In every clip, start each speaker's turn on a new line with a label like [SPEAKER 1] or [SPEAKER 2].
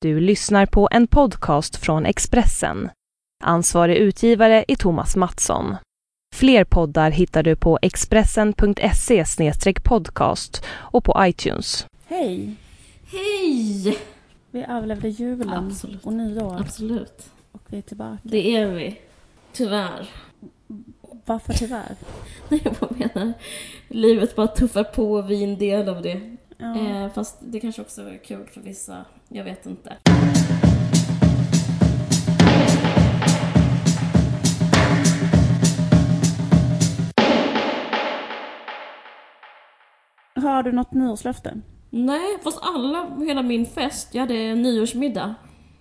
[SPEAKER 1] Du lyssnar på en podcast från Expressen. Ansvarig utgivare är Thomas Mattsson. Fler poddar hittar du på expressen.se/podcast och på iTunes.
[SPEAKER 2] Hej!
[SPEAKER 3] Hej!
[SPEAKER 2] Vi överlevde julen och nyår.
[SPEAKER 3] Absolut.
[SPEAKER 2] Och vi är tillbaka.
[SPEAKER 3] Det är vi. Tyvärr.
[SPEAKER 2] Varför tyvärr?
[SPEAKER 3] Nej, jag menar. Livet bara tuffar på och vi är en del av det.
[SPEAKER 2] Ja.
[SPEAKER 3] Fast det kanske också är kul för vissa. Jag vet inte.
[SPEAKER 2] Har du något nyårslöfte?
[SPEAKER 3] Nej, fast hela min fest, jag hade nyårsmiddag.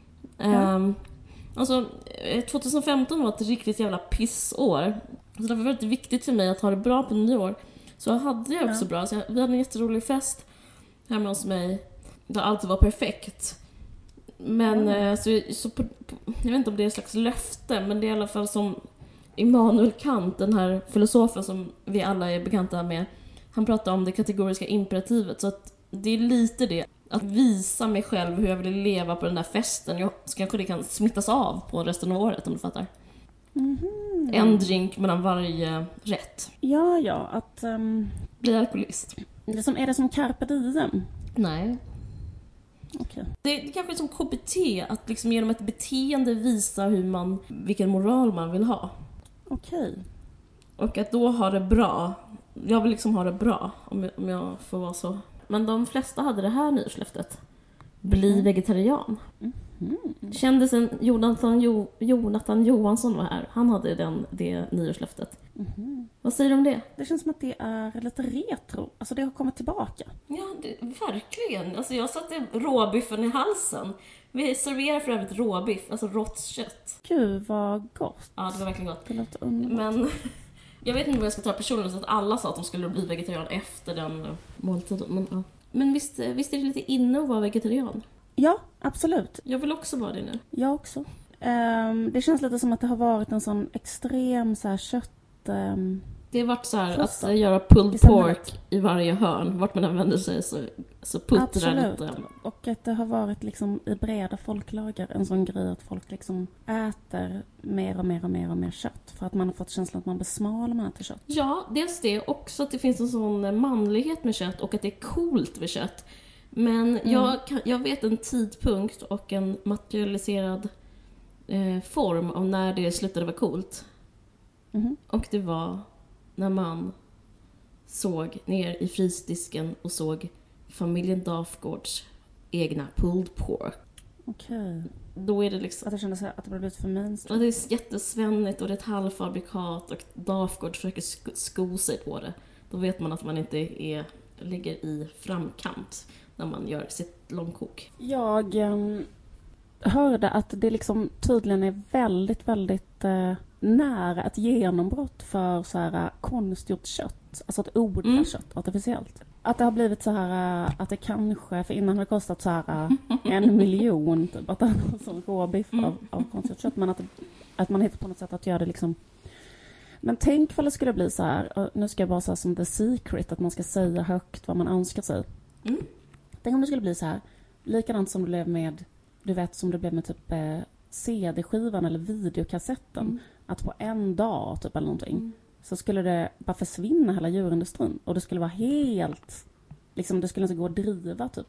[SPEAKER 3] Alltså, 2015 var ett riktigt jävla pissår. Så det var väldigt viktigt för mig att ha det bra på nyår. Så hade jag också bra. Så vi hade en jätterolig fest hemma hos mig. Där allt var perfekt. Men jag vet inte om det är ett slags löfte. Men det är i alla fall som Immanuel Kant, den här filosofen som vi alla är bekanta med. Han pratar om det kategoriska imperativet. Så att det är lite det. Att visa mig själv hur jag vill leva på den där festen. Så kanske det kan smittas av på resten av året, om du fattar.
[SPEAKER 2] Mm-hmm.
[SPEAKER 3] En drink mellan varje rätt.
[SPEAKER 2] Ja, att...
[SPEAKER 3] Bli alkoholist.
[SPEAKER 2] Är det som carpe diem?
[SPEAKER 3] Nej.
[SPEAKER 2] Okej.
[SPEAKER 3] Det kanske är som KBT. Att liksom genom ett beteende visa vilken moral man vill ha.
[SPEAKER 2] Okej.
[SPEAKER 3] Och att då ha det bra. Jag vill liksom ha det bra, om jag får vara så. Men de flesta hade det här nyårslöftet. Bli vegetarian. Kändisen Jonathan Johansson var här. Han hade det nyårslöftet. Vad säger du om det?
[SPEAKER 2] Det känns som att det är lite retro. Alltså det har kommit tillbaka.
[SPEAKER 3] Ja, verkligen. Alltså jag satte råbiffen i halsen. Vi serverar för övrigt råbiff, alltså rått kött.
[SPEAKER 2] Gud, vad gott.
[SPEAKER 3] Ja, det var verkligen gott.
[SPEAKER 2] Det låter underbart.
[SPEAKER 3] Men jag vet inte vad jag ska ta personligen, så att alla sa att de skulle bli vegetarian efter den måltiden. Men visst är det lite inne att vara vegetarian?
[SPEAKER 2] Ja, absolut.
[SPEAKER 3] Jag vill också vara det nu.
[SPEAKER 2] Jag också. Det känns lite som att det har varit en sån extrem så här kött...
[SPEAKER 3] Det har varit så här
[SPEAKER 2] Frossa.
[SPEAKER 3] att göra pulled pork i varje hörn. Vart man än vänder sig så puttrar lite.
[SPEAKER 2] Och att det har varit liksom i breda folklager en sån grej att folk liksom äter mer och mer kött. För att man har fått känslan att man blir smal om man äter kött.
[SPEAKER 3] Ja, dels det. Också att det finns en sån manlighet med kött och att det är coolt med kött. Men jag vet en tidpunkt och en materialiserad form av när det slutade vara coolt. Och det var när man såg ner i frysdisken och såg familjen Dafgårds egna pulled pork.
[SPEAKER 2] Okej.
[SPEAKER 3] Då är det liksom...
[SPEAKER 2] Att jag kände att det blev lite för mainstream.
[SPEAKER 3] Och det är jättesvennigt och det är ett halvfabrikat och Dafgård försöker sko sig på det. Då vet man att man inte ligger i framkant när man gör sitt långkok.
[SPEAKER 2] Jag hörde att det liksom tydligen är väldigt, väldigt nära ett genombrott för så här konstgjort kött. Alltså att odla kött artificiellt. Att det har blivit så här att det kanske, för innan har det kostat så här 1 miljon typ, att det är en sån råbiff av konstgjort kött. Men att man hittar på något sätt att göra det liksom. Men tänk vad det skulle bli så här, nu ska jag bara säga som The Secret, att man ska säga högt vad man önskar sig. Tänk om det skulle bli så här, likadant som det blev med, du vet, som det blev med typ CD-skivan eller videokassetten. Att på en dag typ eller någonting så skulle det bara försvinna hela djurindustrin. Och det skulle vara helt, liksom det skulle inte gå att driva typ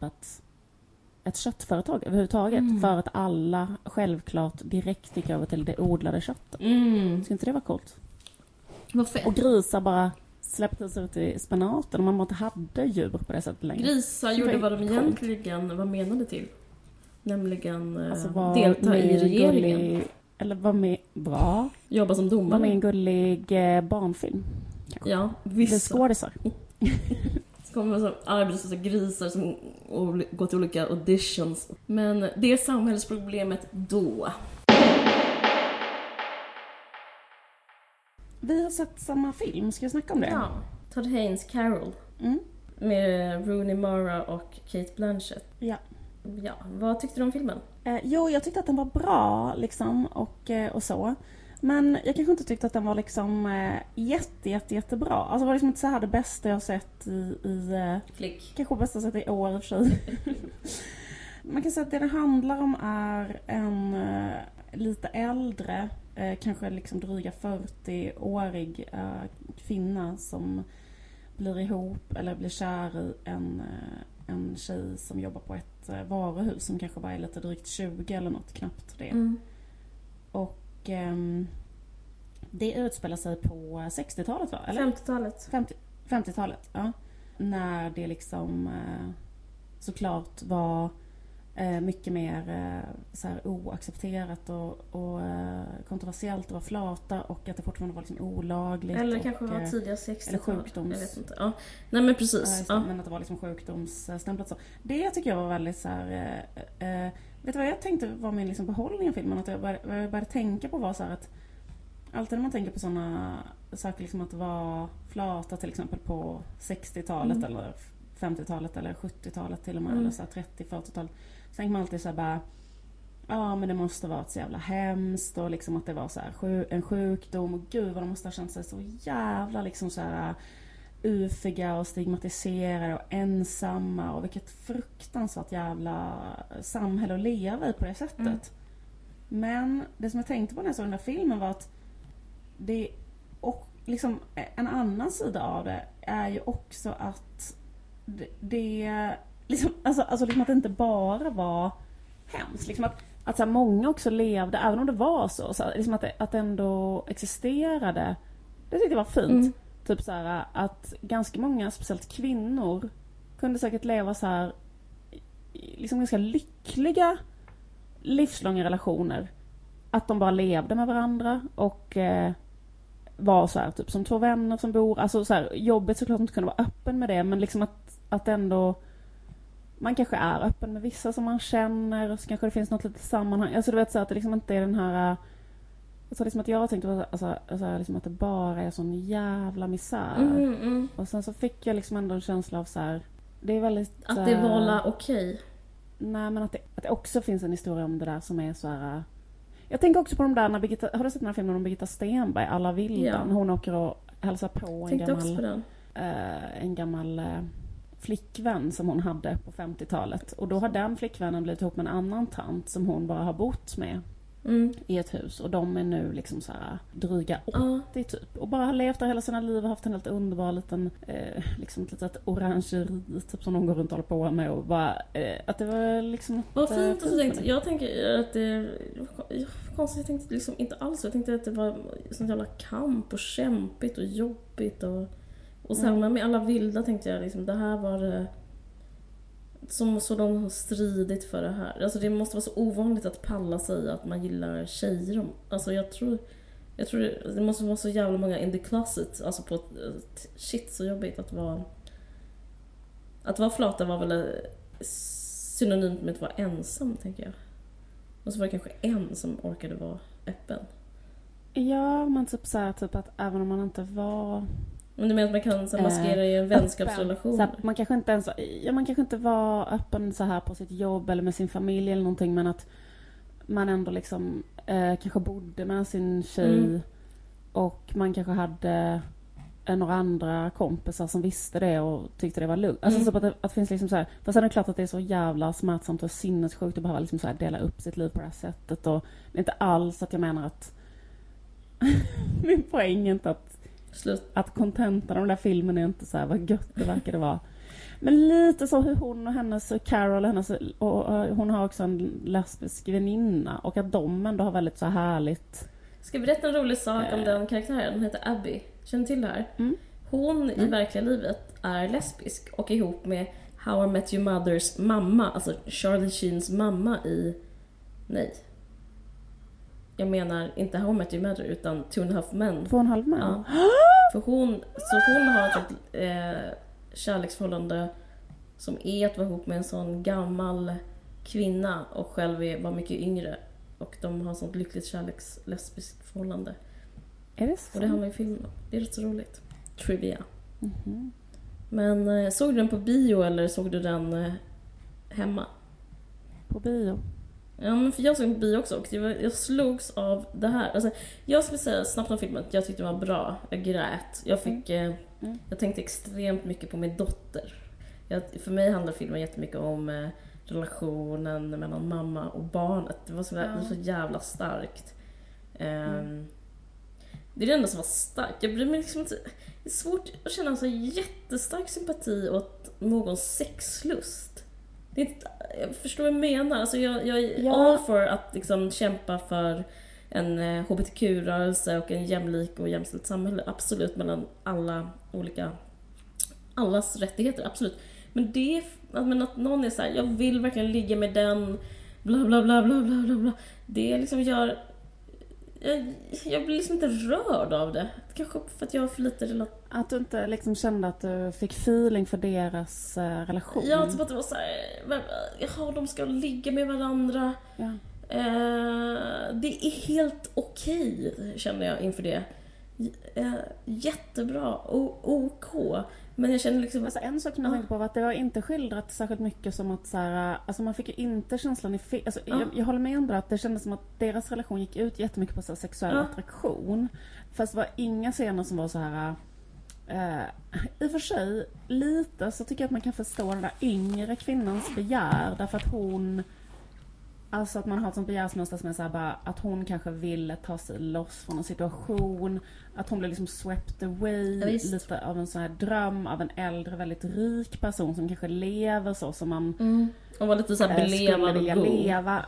[SPEAKER 2] ett köttföretag överhuvudtaget. För att alla självklart direkt gick över till det odlade köttet. Ska inte det vara coolt?
[SPEAKER 3] Vad fett.
[SPEAKER 2] Och grisar bara släpptes ut i spenaten och man inte hade djur på det sättet längre.
[SPEAKER 3] Grisar gjorde vad de egentligen var menade till. Nämligen
[SPEAKER 2] alltså
[SPEAKER 3] delta i regeringen.
[SPEAKER 2] Gullig, eller var med bra.
[SPEAKER 3] Jobba som domare.
[SPEAKER 2] Var med en gullig barnfilm. Kanske.
[SPEAKER 3] Ja,
[SPEAKER 2] Det är
[SPEAKER 3] vissa.
[SPEAKER 2] skådisar.
[SPEAKER 3] Så kommer som arbetslösa grisar som går till olika auditions. Men det är samhällsproblemet då.
[SPEAKER 2] Vi har sett samma film, ska vi snacka om det?
[SPEAKER 3] Ja, Todd Haynes Carol. Med Rooney Mara och Cate Blanchett.
[SPEAKER 2] Ja.
[SPEAKER 3] Ja, vad tyckte du om filmen?
[SPEAKER 2] Jo, jag tyckte att den var bra liksom och så. Men jag kanske inte tyckte att den var liksom jättebra. Alltså det var liksom inte så här det bästa jag sett i
[SPEAKER 3] Flick.
[SPEAKER 2] kanske bästa jag sett i år i och för sig. Man kan säga att det handlar om är en lite äldre, kanske liksom dryga 40-årig kvinna som blir ihop eller blir kär i en tjej som jobbar på ett varuhus som kanske bara är lite drygt 20 eller något, knappt det. Och det utspelar sig på 60-talet, va? Eller?
[SPEAKER 3] 50-talet.
[SPEAKER 2] 50-talet, ja. När det liksom såklart var mycket mer så här oaccepterat och kontroversiellt att vara flata, och att det fortfarande var liksom olagligt.
[SPEAKER 3] Eller kanske var tidiga 60-tal.
[SPEAKER 2] Eller sjukdoms...
[SPEAKER 3] Jag vet inte. Ja. Nej, men precis.
[SPEAKER 2] Ja. Men att det var liksom sjukdomsstämplat så. Det tycker jag var väldigt så här... vet du vad jag tänkte var min liksom behållning av filmen? Att jag började tänka på var så här att alltid när man tänker på sådana saker, liksom att vara flata till exempel på 60-talet eller 50-talet eller 70-talet till och med, eller så här 30-40-talet, så tänker man alltid så här bara, ja men det måste vara så jävla hemskt, och liksom att det var så här en sjukdom, och gud vad de måste ha känt sig så jävla liksom så här ufiga och stigmatiserade och ensamma, och vilket fruktansvärt jävla samhälle att leva i på det sättet. Men det som jag tänkte på när jag såg den där filmen var att det, och liksom en annan sida av det är ju också att det liksom, alltså liksom att det inte bara var hemskt, liksom att så här, många också levde, även om det var så här, liksom att det ändå existerade. Det tyckte jag var fint. Typ så här, att ganska många, speciellt kvinnor, kunde säkert leva så här liksom ganska lyckliga livslånga relationer. Att de bara levde med varandra och var så här typ som två vänner som bor, alltså så här, jobbet såklart inte kunde vara öppen med det, men liksom att ändå man kanske är öppen med vissa som man känner, och så kanske det finns något litet sammanhang, alltså du vet så att det liksom inte är den här, alltså liksom att jag tänkte alltså liksom att det bara är sån jävla misär. Och sen så fick jag liksom ändå en känsla av så här, det är väldigt
[SPEAKER 3] att det var okej.
[SPEAKER 2] Nej, men att det också finns en historia om det där som är så här. Jag tänker också på de där, när Birgitta, har du sett den här filmen om Birgitta Stenberg, Alla vildan? Ja. Hon åker och hälsar på en gammal flickvän som hon hade på 50-talet. Och då har den flickvännen blivit ihop med en annan tant som hon bara har bott med i ett hus. Och de är nu liksom så här dryga 80 typ. Och bara har levt där hela sina liv och haft en helt underbar liten liksom ett litet orangeri typ som de går runt och håller på med. Och bara, att det var liksom...
[SPEAKER 3] Vad fint att du tänkte. Jag tänker att det... Konstigt, jag tänkte liksom inte alls. Jag tänkte att det var sånt jävla kamp och kämpigt och jobbigt. Och sen med Alla vilda tänkte jag liksom, det här var det... Som så de har stridit för det här. Alltså det måste vara så ovanligt att palla sig att man gillar tjejer. Alltså jag tror det måste vara så jävla många in the closet. Alltså på shit så jobbigt att vara flata var väl synonymt med att vara ensam, tänker jag. Och så var det kanske en som orkade vara öppen.
[SPEAKER 2] Ja, men typ så här, typ att även om man inte var...
[SPEAKER 3] Men du menar att man kan så maskera i en vänskapsrelation?
[SPEAKER 2] Så man kanske inte ens, man kanske inte var öppen så här på sitt jobb eller med sin familj eller någonting, men att man ändå liksom kanske bodde med sin tjej och man kanske hade några andra kompisar som visste det och tyckte det var lugnt. Alltså så att det finns liksom så här, fast sen är det klart att det är så jävla smärtsamt och sinnessjukt att behöva liksom så här dela upp sitt liv på det här sättet, och det är inte alls att jag menar att min poäng är inte att kontentan av den där filmen är inte så här vad gött det verkar det vara. Men lite så hur hon och hennes Carol och hon har också en lesbisk väninna, och att de ändå har väldigt så härligt.
[SPEAKER 3] Ska jag berätta en rolig sak om den karaktären? Hon heter Abby. Känner till det här? Hon i verkliga livet är lesbisk och är ihop med How I Met Your Mothers mamma, alltså Charlie Sheens mamma i... Nej. Jag menar inte How I Met Your Mother utan 2.5 Men.
[SPEAKER 2] 2.5 Men?
[SPEAKER 3] Ja. För hon har ett kärleksförhållande som är att vara ihop med en sån gammal kvinna och själv var mycket yngre. Och de har ett sånt lyckligt lesbiskt förhållande.
[SPEAKER 2] Är det så?
[SPEAKER 3] Och det handlar ju filmen om. Det är rätt så roligt. Trivia. Men såg du den på bio eller såg du den hemma?
[SPEAKER 2] På bio.
[SPEAKER 3] Ja, men för jag såg på bio också och jag slogs av det här. Alltså, jag skulle säga snabbt om filmen att jag tyckte det var bra. Jag grät. Jag tänkte extremt mycket på min dotter. För mig handlar filmen jättemycket om relationen mellan mamma och barnet. Det var så jävla starkt. Det är det enda som var starkt. Jag bryr mig liksom inte. Det är svårt att känna en så jättestark sympati åt någons sexlust. Det är inte, jag förstår vad jag menar. Alltså jag är all för att liksom kämpa för en hbtq-rörelse och en jämlik och jämställt samhälle. Absolut, mellan allas rättigheter, absolut. Men det men att någon är så här, jag vill verkligen ligga med den, bla bla bla bla bla bla bla. Det liksom gör jag blir liksom inte rörd av det. Kanske för att jag har för lite
[SPEAKER 2] Att du inte liksom kände att du fick feeling för deras relation.
[SPEAKER 3] Ja, typ att det var så här, de ska ligga med varandra.
[SPEAKER 2] Ja.
[SPEAKER 3] Det är helt okej, känner jag inför det. Jättebra, OK. Men jag känner liksom...
[SPEAKER 2] Alltså en sak som jag tänkte på var att det var inte skildrat särskilt mycket som att så här, alltså man fick ju inte känslan alltså jag håller med om det, att det kändes som att deras relation gick ut jättemycket på så här, sexuell attraktion. Fast det var inga scener som var så här... I och för sig lite så tycker jag att man kan förstå den där yngre kvinnans begär, därför att hon... Alltså att man har ett sånt begärsmönster som är så här bara, att hon kanske ville ta sig loss från en situation, att hon blev liksom swept away lite av en sån här dröm av en äldre väldigt rik person som kanske lever så som man
[SPEAKER 3] och var lite så här
[SPEAKER 2] skulle vilja leva.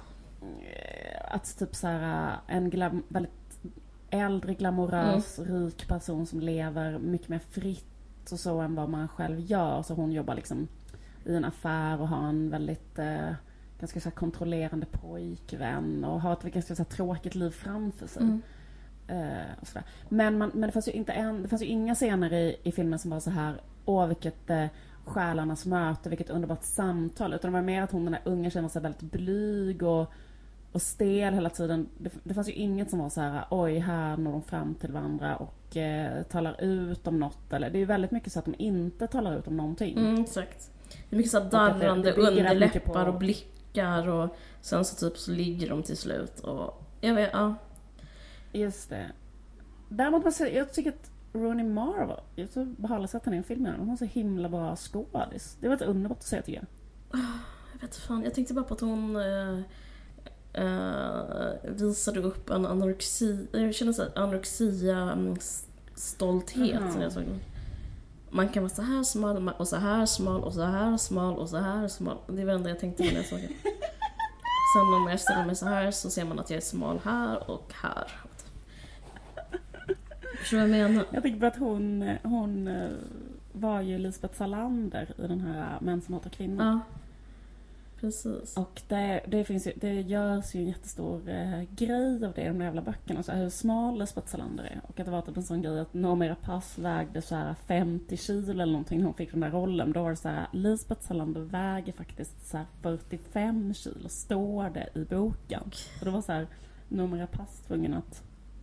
[SPEAKER 2] Att typ så här väldigt äldre glamorös rik person som lever mycket mer fritt och så än vad man själv gör, så hon jobbar liksom i en affär och har en väldigt ganska så här kontrollerande pojkvän och har ett ganska så här tråkigt liv framför sig. Och sådär. Men det fanns ju det fanns ju inga scener i filmen som var så här, vilket själarnas möte, vilket underbart samtal, utan det var mer att hon, den här unga tjejen, var så väldigt blyg och stel hela tiden. Det fanns ju inget som var så här, oj, här når de fram till varandra och talar ut om något, eller det är ju väldigt mycket så att de inte talar ut om någonting.
[SPEAKER 3] Exakt. Det är mycket så darrande underläppar och blickar, och sen så typ så ligger de till slut och jag vet,
[SPEAKER 2] Just det. Däremot jag tycker att Rooney Mara jag så behåller sett henne i en film, hon har så himla bra skådis. Det var ett underbart att säga, tycker jag.
[SPEAKER 3] Jag vet fan, jag tänkte bara på att hon visade upp en anorexia, jag känner så här anorexia stolthet som jag såg. Man kan vara så här smal och så här smal och så här smal och så här smal. Det var det enda jag tänkte när jag såg det. Sen om jag ställer mig så här så ser man att jag är smal här och här. Förstår jag menar?
[SPEAKER 2] Jag tänker på att hon var ju Lisbeth Salander i den här Män som hatar kvinnor.
[SPEAKER 3] Ja, precis.
[SPEAKER 2] Och det görs ju en jättestor grej av det i de jävla böckerna. Så hur smal Lisbeth Salander är. Och att det var typ en sån grej att Noomi Rapace vägde så här 50 kilo eller någonting när hon fick den där rollen. Då var det så här, Lisbeth Salander väger faktiskt så här 45 kilo, står det i boken. Så det var så här, Noomi Rapace tvungen att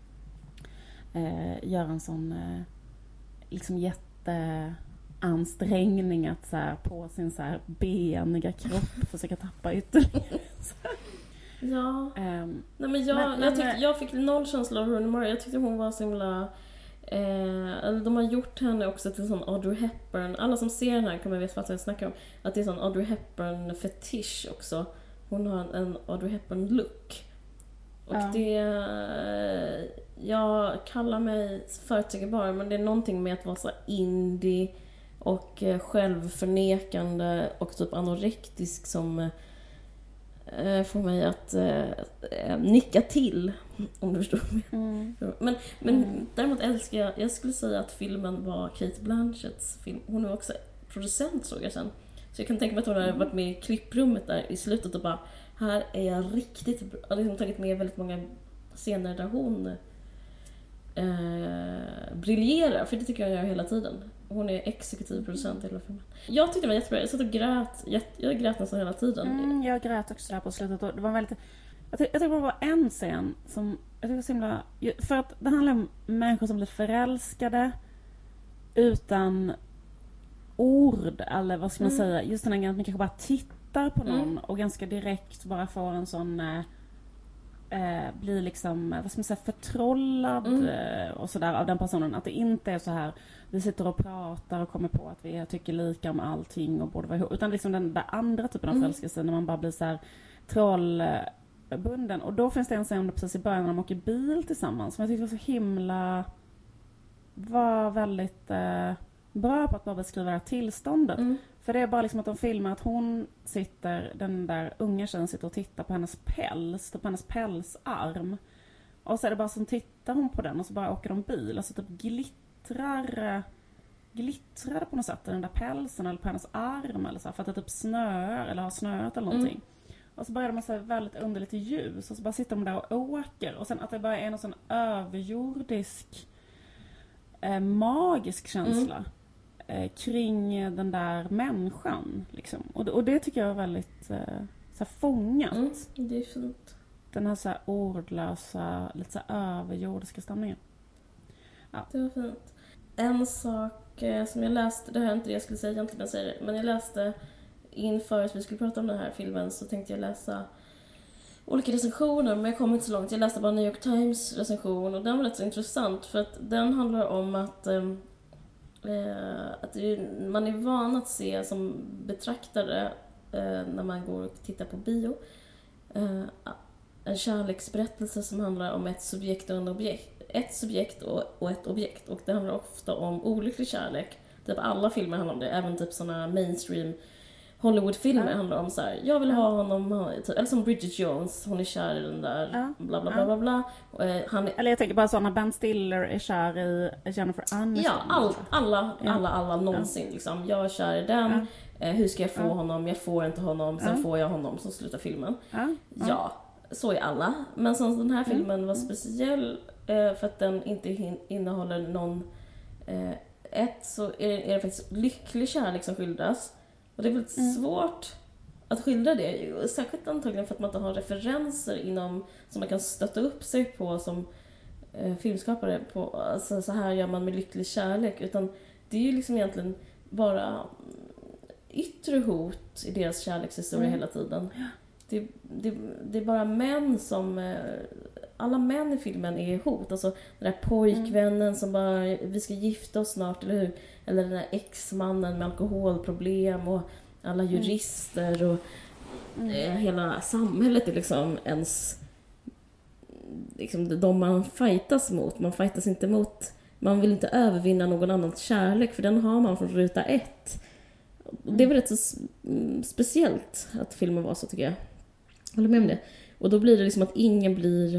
[SPEAKER 2] göra en sån liksom jätteansträngning att så här, på sin så här beniga kropp försöka tappa ytterligare.
[SPEAKER 3] Ja. Nej, men jag fick noll känsla av Rooney Mara. Jag tyckte hon var så himla de har gjort henne också till en sån Audrey Hepburn. Alla som ser den här kommer veta vad jag snackar om. Att det är sån Audrey Hepburn fetisch också. Hon har en Audrey Hepburn look. Och jag kallar mig förutsägbar, men det är någonting med att vara så indie och självförnekande och typ anorektisk som får mig att nicka till, om du förstår mig. Men däremot älskar jag skulle säga att filmen var Cate Blanchetts film. Hon är också producent, såg jag sen. Så jag kan tänka mig att hon har varit med i klipprummet där i slutet och bara, här är jag riktigt bra. Jag har liksom tagit med väldigt många scener där hon briljerar, för det tycker jag gör hela tiden. Hon är exekutiv producent i hela filmen. Jag tyckte det var jättebra. Jag satt och grät. Jag grät nästan hela tiden.
[SPEAKER 2] Jag grät också där på slutet. Det var väldigt... Jag tyckte det var en scen som... Jag tyckte var så himla... För att det handlar om människor som blir förälskade utan ord, eller vad ska man säga. Just den här grejen att man kanske bara tittar på någon och ganska direkt bara får en sån blir liksom, vad ska man säga, förtrollad och sådär av den personen. Att det inte är så här, vi sitter och pratar och kommer på att vi tycker lika om allting och borde vara ihop. Utan liksom den där andra typen av förälskelse när man bara blir så här trollbunden. Och då finns det en scen precis i början när de åker bil tillsammans. Som jag tyckte var så himla, var väldigt bra på att bara beskriva det här tillståndet. För det är bara liksom att de filmar att hon sitter, den där unga tjejen sitter och tittar på hennes päls, på hennes pälsarm. Och så är det bara som tittar hon på den och så bara åker de bil. Och så typ glittrar på något sätt i den där pälsen eller på hennes arm eller så. För att det typ snöar eller har snöat eller någonting. Och så börjar de så väldigt underligt ljus och så bara sitter de där och åker. Och sen att det bara är någon sån överjordisk magisk känsla kring den där människan liksom. Och det tycker jag är väldigt så här fångat.
[SPEAKER 3] Det är fint.
[SPEAKER 2] Den här så här ordlösa, lite så här överjordiska stämningen. Ja.
[SPEAKER 3] Det var fint. En sak som jag läste, det här är inte det jag skulle säga egentligen, säger det, men jag läste inför att vi skulle prata om den här filmen så tänkte jag läsa olika recensioner, men jag kom inte så långt. Jag läste bara New York Times recension och den var rätt så intressant för att den handlar om att man är van att se som betraktare när man går och tittar på bio en kärleksberättelse som handlar om ett subjekt och en objekt. Ett subjekt och ett objekt. Och det handlar ofta om olycklig kärlek. Typ alla filmer handlar om det. Även typ såna mainstream Hollywood-filmer handlar om så här. Jag vill ha honom, eller som Bridget Jones, hon är kär i den där, bla bla bla bla bla.
[SPEAKER 2] Eller jag tänker bara så när Ben Stiller är kär i Jennifer Aniston.
[SPEAKER 3] Ja, alla någonsin liksom. Jag är kär i den. Hur ska jag få honom? Jag får inte honom. Sen får jag honom, så slutar filmen. Ja, så är alla. Men som den här filmen var speciell för att den inte innehåller någon så är det faktiskt lycklig kärlek som skildras. Och det är väldigt svårt att skildra det. Särskilt antagligen för att man inte har referenser inom som man kan stötta upp sig på som filmskapare. På, alltså, så här gör man med lycklig kärlek. Utan det är ju liksom egentligen bara yttre hot i deras kärlekshistoria hela tiden. Det är bara män som... Alla män i filmen är hot. Alltså den där pojkvännen som bara, vi ska gifta oss snart, eller hur? Eller den där ex-mannen med alkoholproblem och alla jurister och hela samhället är liksom ens... Liksom de man fightas mot. Man fightas inte mot... Man vill inte övervinna någon annans kärlek, för den har man från ruta 1. Det var rätt så speciellt att filmen var så, tycker jag. Håller med om det. Och då blir det liksom att ingen blir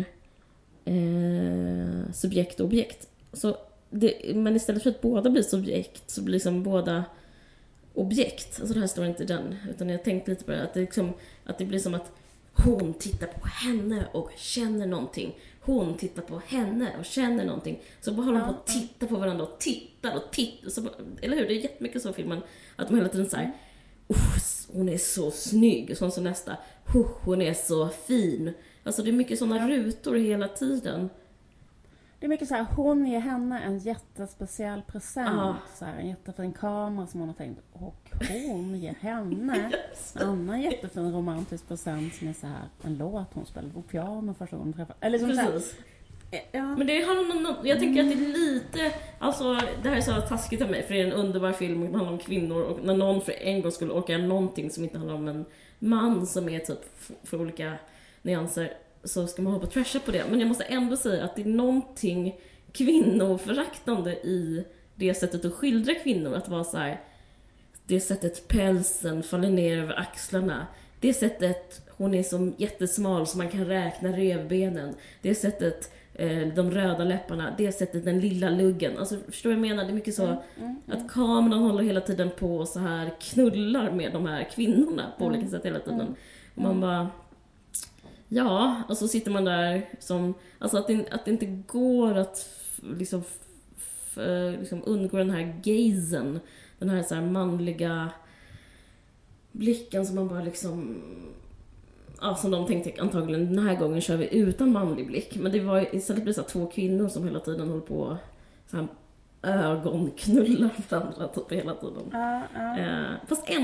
[SPEAKER 3] subjekt och objekt. Så men istället för att båda blir subjekt så blir liksom båda objekt. Alltså det här står inte i den, utan jag tänkte lite på det, att det blir som att hon tittar på henne och känner någonting. Hon tittar på henne och känner någonting. Så bara håller de på att titta på varandra och tittar. Så, eller hur? Det är jättemycket så i filmen. Att de hela tiden säger hon är så snygg. Och så nästa. Hon är så fin. Alltså det är mycket sådana rutor hela tiden.
[SPEAKER 2] Det är mycket så här, hon ger henne en jättespeciell present. Så här, en jättefin kamera som hon har tänkt. Och hon ger henne en annan jättefin romantisk present som är så här, en låt hon spelar på piano första gången träffar. Eller som
[SPEAKER 3] precis. Men det har jag tycker att det är lite, alltså det här är så taskigt av mig, för det är en underbar film och det handlar om kvinnor, och när någon för en gång skulle orka någonting som inte handlar om en man som är typ för olika nyanser, så ska man hoppa och trasha på det. Men jag måste ändå säga att det är någonting kvinnoföraktande i det sättet att skildra kvinnor, att vara så här, det sättet pälsen faller ner över axlarna, det sättet hon är så jättesmal så man kan räkna revbenen, det sättet de röda läpparna, det sättet den lilla luggen. Alltså förstår jag menar? Det är mycket så att kameran håller hela tiden på och så här knullar med de här kvinnorna på olika sätt hela tiden. Och man bara och så sitter man där som, alltså att det inte går att liksom undgå den här gazen, den här så här manliga blicken som man bara liksom, som de tänkte antagligen den här gången kör vi utan manlig blick, men det var istället blir så här 2 kvinnor som hela tiden håller på så här ögonknullar varandra typ hela tiden.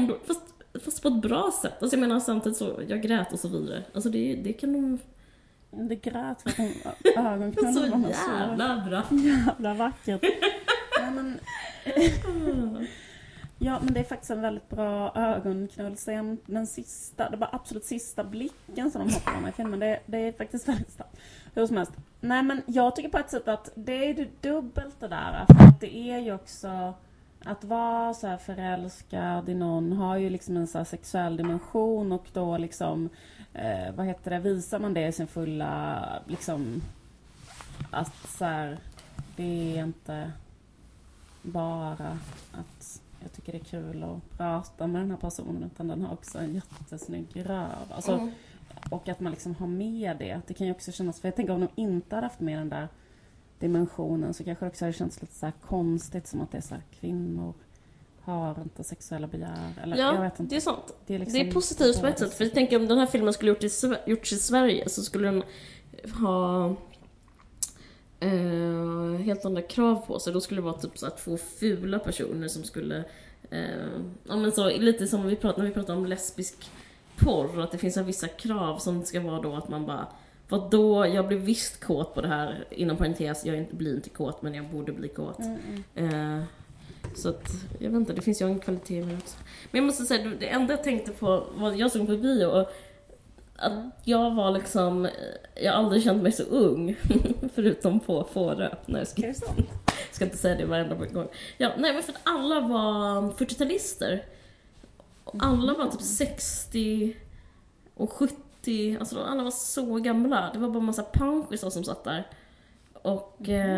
[SPEAKER 3] Fast på ett bra sätt. Alltså jag menar samtidigt så jag grät och så vidare. Alltså det kan nog
[SPEAKER 2] Det grät för ögonknullen.
[SPEAKER 3] Så jävla bra.
[SPEAKER 2] Jävla vackert. Ja, men... Ja, men det är faktiskt en väldigt bra ögonknullscen. Den sista, det var absolut sista blicken som de har på mig i filmen. Det är faktiskt väldigt starkt. Hur som helst. Nej, men jag tycker på ett sätt att det är dubbelt det där. För att det är ju också... Att vara så här förälskad i någon har ju liksom en så här sexuell dimension och då liksom, visar man det i sin fulla, liksom, att så här, det är inte bara att jag tycker det är kul att prata med den här personen, utan den har också en jättesnygg röv. Alltså, och att man liksom har med det. Det kan ju också kännas, för jag tänker om de inte hade haft med den där dimensionen så kanske det också hade känts lite så här konstigt, som att det är så här, kvinnor har inte sexuella begär. Eller,
[SPEAKER 3] ja,
[SPEAKER 2] jag vet inte.
[SPEAKER 3] Det är sant.
[SPEAKER 2] Det är, liksom
[SPEAKER 3] det är positivt på ett sätt. För jag tänker om den här filmen skulle gjorts i Sverige så skulle den ha helt andra krav på sig. Då skulle det vara typ så att två fula personer som skulle ja, men så, lite som när vi pratar om lesbisk porr, att det finns vissa krav som ska vara då att man bara, vadå, jag blir visst kåt på det här, inom parentes, jag blir inte kåt men jag borde bli kåt. Så att, jag vet inte, det finns ju en kvalitet med också. Men jag måste säga, det enda jag tänkte på var jag såg på bio och att jag var liksom, jag har aldrig känt mig så ung förutom på Fårö. Nej, jag ska inte säga det varenda gång. Ja, nej, men för att alla var 40-talister. Och alla var typ 60 och 70, alltså alla var så gamla. Det var bara en massa panschisar som satt där. Och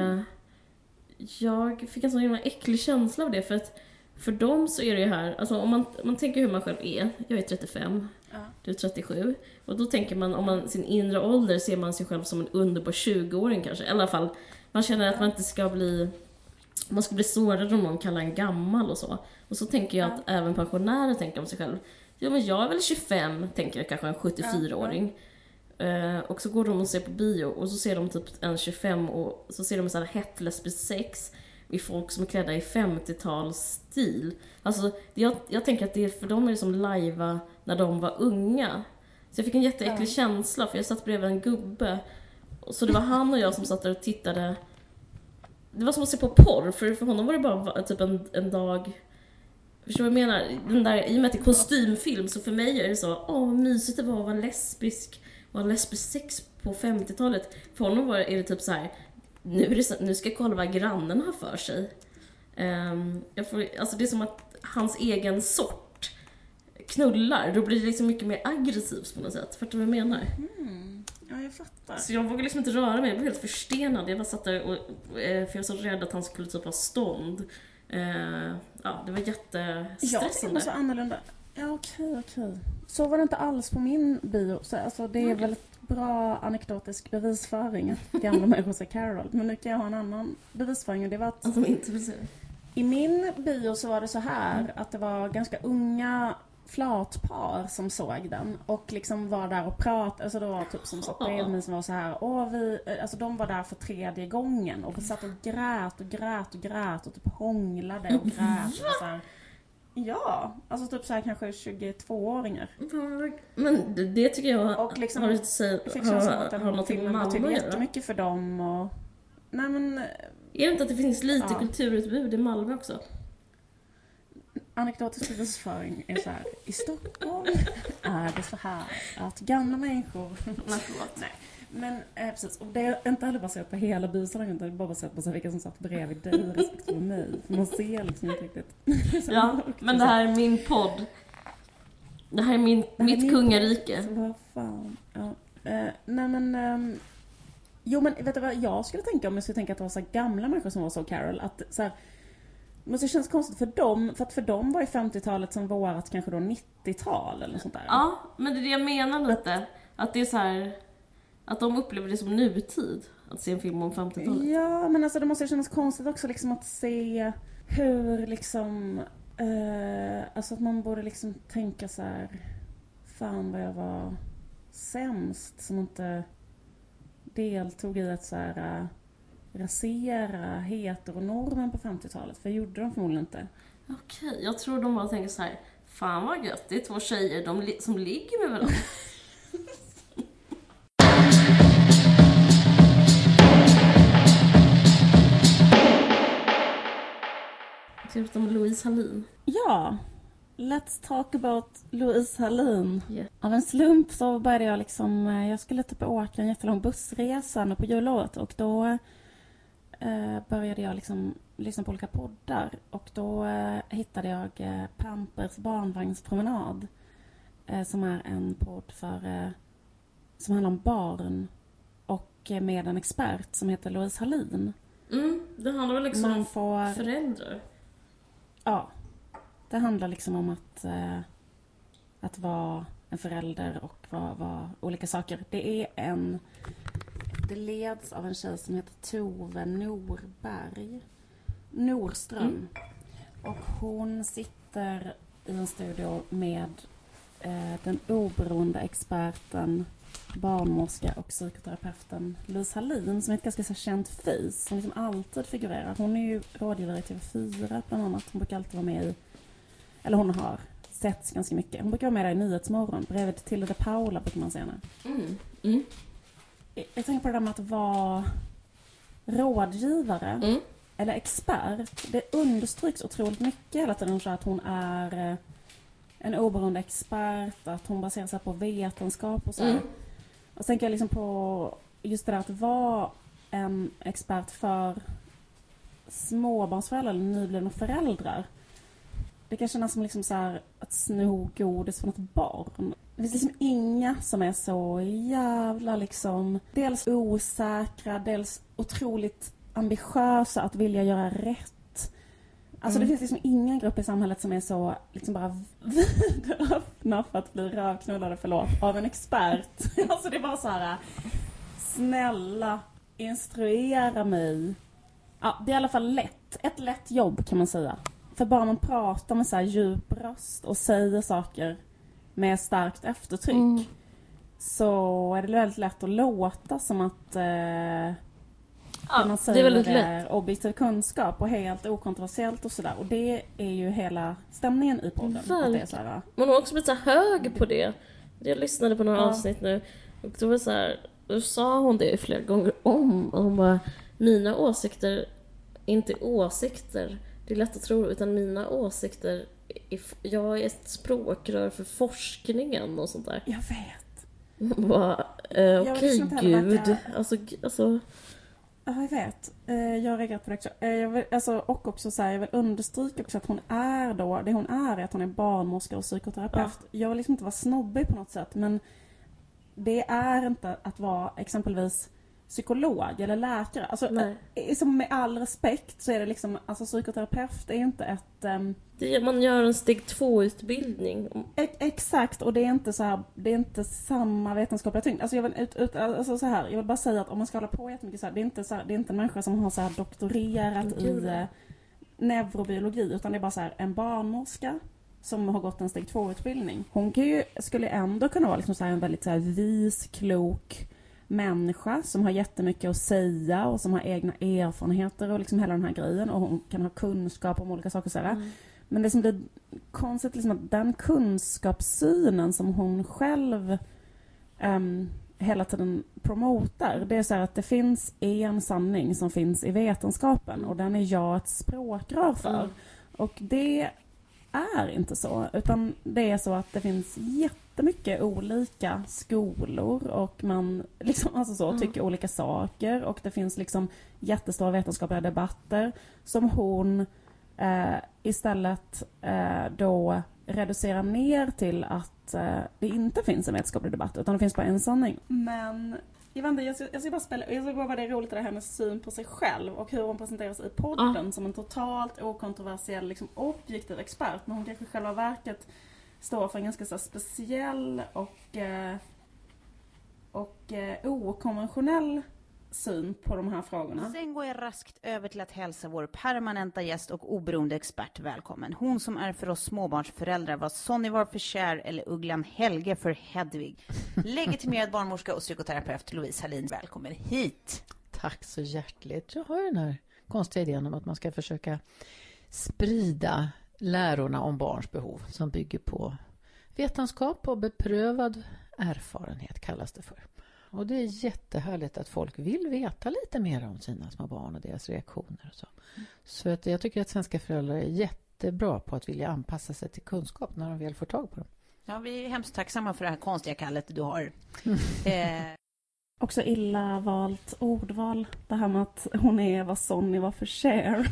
[SPEAKER 3] jag fick en sån himla äcklig känsla av det, för att för dem så är det ju här, alltså om man tänker hur man själv är. Jag är 35, du är 37. Och då tänker man, om man sin inre ålder ser man sig själv som en underbar 20-åring kanske. I alla fall, man känner att man inte ska bli, man ska bli sårad om någon kallar en gammal och så. Och så tänker jag att även pensionärer tänker om sig själv. Ja, men jag är väl 25, tänker jag, kanske en 74-åring. Och så går de och ser på bio och så ser de typ en 25 och så ser de en sån här hett lesbisk sex i folk som är klädda i 50-talsstil. Alltså jag tänker att det för dem är det som lajva när de var unga. Så jag fick en jätteäcklig känsla, för jag satt bredvid en gubbe. Så det var han och jag som satt där och tittade. Det var som att se på porr, för honom var det bara typ en dag. Förstår du vad jag menar? Den där, i och med att det är kostymfilm, så för mig är det så, mysigt det var att vara lesbisk. Och lesbisk sex på 50-talet. För honom är det typ så här, nu ska jag kolla vad grannen har för sig. Alltså det är som att hans egen sort knullar. Då blir det liksom mycket mer aggressivt på något sätt. Fattar du vad jag menar?
[SPEAKER 2] Ja, jag fattar.
[SPEAKER 3] Så jag vågade liksom inte röra mig. Jag var helt förstenad. Jag bara satt där för jag var så rädd att han skulle typ ha stånd. Det var jättestressande.
[SPEAKER 2] Jag tycker det så annorlunda. Ja, okej. Så var det inte alls på min bio. Så, alltså, det är väldigt bra anekdotisk bevisföring att gamla människor ser Carol. Men nu kan jag ha en annan bevisföring. Och det var att i min bio så var det så här att det var ganska unga flatpar som såg den och liksom var där och pratade. Alltså det var typ som satt bredvid mig som var så här, alltså de var där för 3:e gången och satt och grät och typ hånglade och grät och så här. Ja, alltså typ så här kanske 22-åringar.
[SPEAKER 3] Men det tycker jag
[SPEAKER 2] och liksom
[SPEAKER 3] har lite sig har något med Malmö att göra.
[SPEAKER 2] Jättemycket för dem och nej men
[SPEAKER 3] är det inte att det finns lite kulturutbud i Malmö också?
[SPEAKER 2] Anekdotisk bevisföring är så här, i Stockholm är det så här att gamla människor nej. Men precis, och det är inte heller baserat på hela bysalongen, utan det är bara baserat på vilka som satt bredvid dig respektive mig. För man ser liksom inte riktigt.
[SPEAKER 3] Ja, men det här är min podd. Det här är mitt kungarike.
[SPEAKER 2] Vad fan. Ja. Nej men jo men vet du vad jag skulle tänka om jag skulle tänka att det var så gamla människor som var så Carol, att så här, men det känns konstigt för dem, för att för dem var ju 50-talet som vårat kanske då 90-tal eller sånt där.
[SPEAKER 3] Ja, men det är det jag menar lite. Att det är så här, att de upplever det som nutid att se en film om 50-talet.
[SPEAKER 2] Ja, men alltså det måste kännas konstigt också liksom att se hur liksom alltså att man borde liksom tänka så här, fan vad jag var sämst som inte deltog i att så här rasera heteronormen på 50-talet, för gjorde de förmodligen inte.
[SPEAKER 3] Okej, jag tror de bara tänker så här, fan vad gött, det är två tjejer som ligger med varandra. Louise Hallin.
[SPEAKER 2] Ja, let's talk about Louise Hallin.
[SPEAKER 3] Yeah.
[SPEAKER 2] Av en slump så började jag liksom, jag skulle typ åka en jättelång bussresa nu på julåret och då började jag liksom lyssna på olika poddar och då hittade jag Pampers barnvagnspromenad som är en podd som handlar om barn och med en expert som heter Louise Hallin.
[SPEAKER 3] Det handlar väl liksom om föräldrar.
[SPEAKER 2] Ja, det handlar liksom om att vara en förälder och vara olika saker. Det leds av en tjej som heter Tove Norström. Och hon sitter i en studio med den oberoende experten, barnmorska och psykoterapeuten Louise Hallin som är ett ganska så känt face som liksom alltid figurerar. Hon är ju rådgivare i TV4 bland annat. Hon brukar alltid vara med i, eller hon har setts ganska mycket. Hon brukar vara med där i Nyhetsmorgon bredvid Tilde de Paula brukar man säga nu. Jag tänker på det där med att vara rådgivare eller expert. Det understryks otroligt mycket hela tiden så att hon är en oberoende expert, att hon baserar sig på vetenskap och så. Och så tänker jag liksom på just det där att vara en expert för småbarnsföräldrar eller nyblivna föräldrar. Det kan kännas som liksom så här att sno godis från ett barn. Det finns liksom inga som är så jävla liksom dels osäkra, dels otroligt ambitiösa att vilja göra rätt. Alltså det finns liksom ingen grupp i samhället som är så liksom bara öppna för att bli rövknullade, av en expert. Alltså det är bara så här, snälla, instruera mig. Ja, det är i alla fall lätt. Ett lätt jobb kan man säga. För bara man pratar med så här djup röst och säger saker med starkt eftertryck så är det väldigt lätt att låta som att man säger
[SPEAKER 3] det är väldigt lätt.
[SPEAKER 2] Objektiv kunskap och helt okontroversiellt och sådär. Och det är ju hela stämningen i podden. Att det är så här,
[SPEAKER 3] man har också blivit så hög på det. Jag lyssnade på några avsnitt nu och då var så här, då sa hon det flera gånger om och hon bara, mina åsikter inte åsikter. Det är lätt att tro, utan mina åsikter jag är ett språkrör för forskningen och sånt där.
[SPEAKER 2] Jag vet.
[SPEAKER 3] Okej, gud. Alltså.
[SPEAKER 2] Ja, jag vet. Jag har reagerat på det också. Och också så här, jag vill understryka också att hon är då, det hon är att hon är barnmorska och psykoterapeut. Ja. Jag vill liksom inte vara snobbig på något sätt, men det är inte att vara exempelvis psykolog eller läkare. Alltså, som med all respekt så är det liksom, alltså psykoterapeut är ju inte ett
[SPEAKER 3] man gör en steg 2-utbildning.
[SPEAKER 2] Exakt, och det är inte så här, det är inte samma vetenskapliga tyngd. Alltså jag vill alltså så här, jag vill bara säga att om man ska hålla på jättemycket så här, det är inte en människa som har så här doktorerat i neurobiologi, utan det är bara så här en barnmorska som har gått en steg 2-utbildning. Hon skulle ändå kunna vara liksom så här en väldigt så här vis, klok människa som har jättemycket att säga och som har egna erfarenheter och liksom hela den här grejen, och hon kan ha kunskap om olika saker sådär. Men det som blir konstigt liksom att den kunskapssynen som hon själv hela tiden promotar, det är så här att det finns en sanning som finns i vetenskapen och den är jag ett språkrör för. Och det är inte så, utan det är så att det finns jättemycket olika skolor och man liksom, alltså så, tycker olika saker, och det finns liksom jättestora vetenskapliga debatter som hon istället då reducerar ner till att det inte finns en vetenskaplig debatt, utan det finns bara en sanning. Men jag ska bara vara det roligt det här med syn på sig själv och hur hon presenteras i podden som en totalt okontroversiell liksom objektiv expert, men hon kanske själva verket står för en ganska så speciell och okonventionell syn på de här frågorna.
[SPEAKER 4] Sen går jag raskt över till att hälsa vår permanenta gäst och oberoende expert välkommen. Hon som är för oss småbarnsföräldrar var Sonny var för Cher eller Ugglan Helge för Hedvig. Legitimerad barnmorska och psykoterapeut Louise Hallin, välkommen hit.
[SPEAKER 5] Tack så hjärtligt. Jag har den här konstiga idén om att man ska försöka sprida lärorna om barns behov som bygger på vetenskap och beprövad erfarenhet, kallas det för. Och det är jättehärligt att folk vill veta lite mer om sina små barn och deras reaktioner och så. Så att jag tycker att svenska föräldrar är jättebra på att vilja anpassa sig till kunskap när de väl får tag på dem.
[SPEAKER 4] Ja, vi är hemskt tacksamma för det här konstiga kallet du har.
[SPEAKER 2] Också illa valt ordval. Det här med att hon är vad Sonny var för Cher.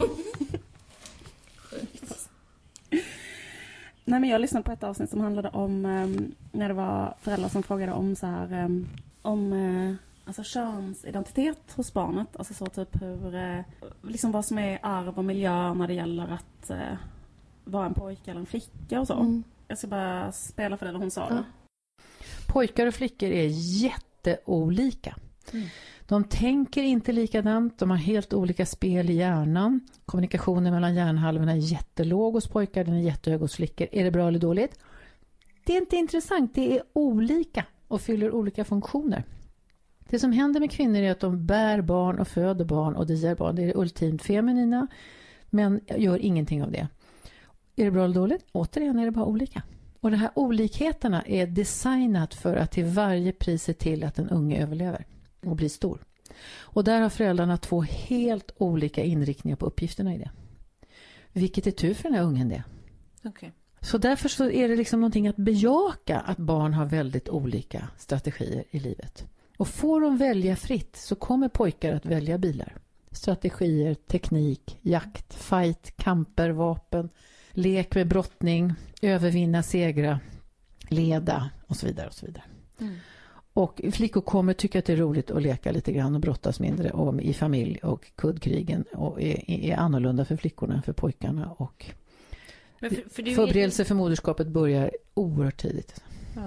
[SPEAKER 2] Nej, men jag lyssnade på ett avsnitt som handlade om när det var föräldrar som frågade om så här alltså könsidentitet hos barnet. Alltså så typ hur liksom vad som är arv och miljö när det gäller att vara en pojke eller en flicka och så. Jag ska bara spela för det hon sa då.
[SPEAKER 5] Pojkar och flickor är jätteolika. De tänker inte likadant, de har helt olika spel i hjärnan. Kommunikationen mellan hjärnhalvorna är jättelåg hos pojkar, den är jättehög hos flickor. Är det bra eller dåligt? Det är inte intressant, det är olika och fyller olika funktioner. Det som händer med kvinnor är att de bär barn och föder barn och diar barn. Det är det ultimt feminina, men gör ingenting av det. Är det bra eller dåligt? Återigen är det bara olika. Och de här olikheterna är designat för att till varje pris se till att den unge överlever och blir stor. Och där har föräldrarna 2 helt olika inriktningar på uppgifterna i det. Vilket är tur för den här ungen det.
[SPEAKER 4] Okay.
[SPEAKER 5] Så därför så är det liksom någonting att bejaka att barn har väldigt olika strategier i livet. Och får de välja fritt så kommer pojkar att välja bilar. Strategier, teknik, jakt, fight, kamper, vapen, lek med brottning, övervinna, segra, leda och så vidare och så vidare. Och flickor kommer tycka att det är roligt att leka lite grann och brottas mindre och i familj och kuddkrigen och är annorlunda för flickorna än för pojkarna. Och förberedelse för moderskapet börjar oerhört tidigt.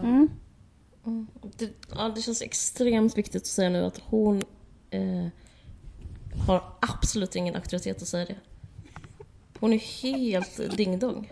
[SPEAKER 3] Det känns extremt viktigt att säga nu att hon har absolut ingen auktoritet att säga det. Hon är helt dingdong.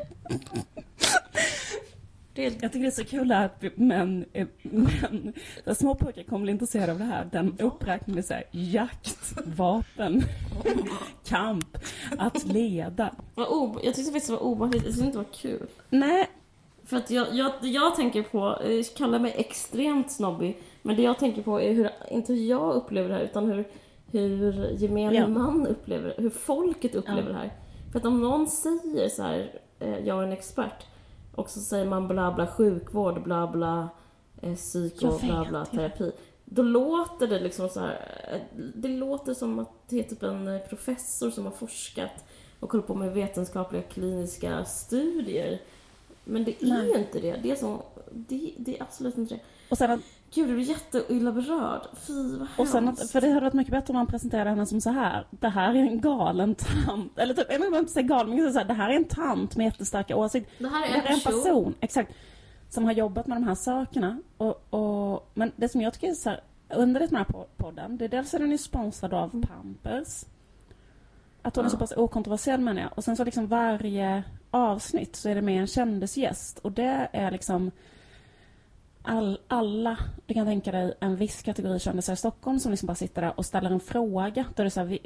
[SPEAKER 2] Jag tycker det är så kul att men små pojkar kommer bli intresserade av det här. Den uppräkningen är jakt, vapen, kamp, att leda.
[SPEAKER 3] Jag tyckte faktiskt det var obehagligt. Jag tyckte inte det var kul.
[SPEAKER 2] Nej.
[SPEAKER 3] För att jag tänker på, jag kallar mig extremt snobbig, men det jag tänker på är inte hur jag upplever det här, utan hur gemene man upplever det, hur folket upplever det här. För att om någon säger så här, jag är en expert, och så säger man bla bla sjukvård, bla bla psyko, bla bla terapi, då låter det liksom så här, det låter som att det är typ en professor som har forskat och håller på med vetenskapliga kliniska studier. Men det är inte det. Det är absolut inte det.
[SPEAKER 2] Och sen att,
[SPEAKER 3] gud, du blir jätteilla berörd. Fy, vad
[SPEAKER 2] och sen att, för det hade varit mycket bättre om man presenterade henne som så här. Det här är en galen tant. Eller typ, jag vill inte säga galen, men så här, det här är en tant med jättestarka åsikter.
[SPEAKER 3] Det här är en person.
[SPEAKER 2] Exakt. Som har jobbat med de här sakerna. Men det som jag tycker är så här underligt med den här podden, det är dels att den är sponsrad av Pampers. Att hon är så pass okontroversiell, menar jag. Och sen så liksom varje avsnitt så är det med en kändisgäst. Och det är liksom alla, du kan tänka dig en viss kategori kändisar i Stockholm som liksom bara sitter där och ställer en fråga. Då är det så här,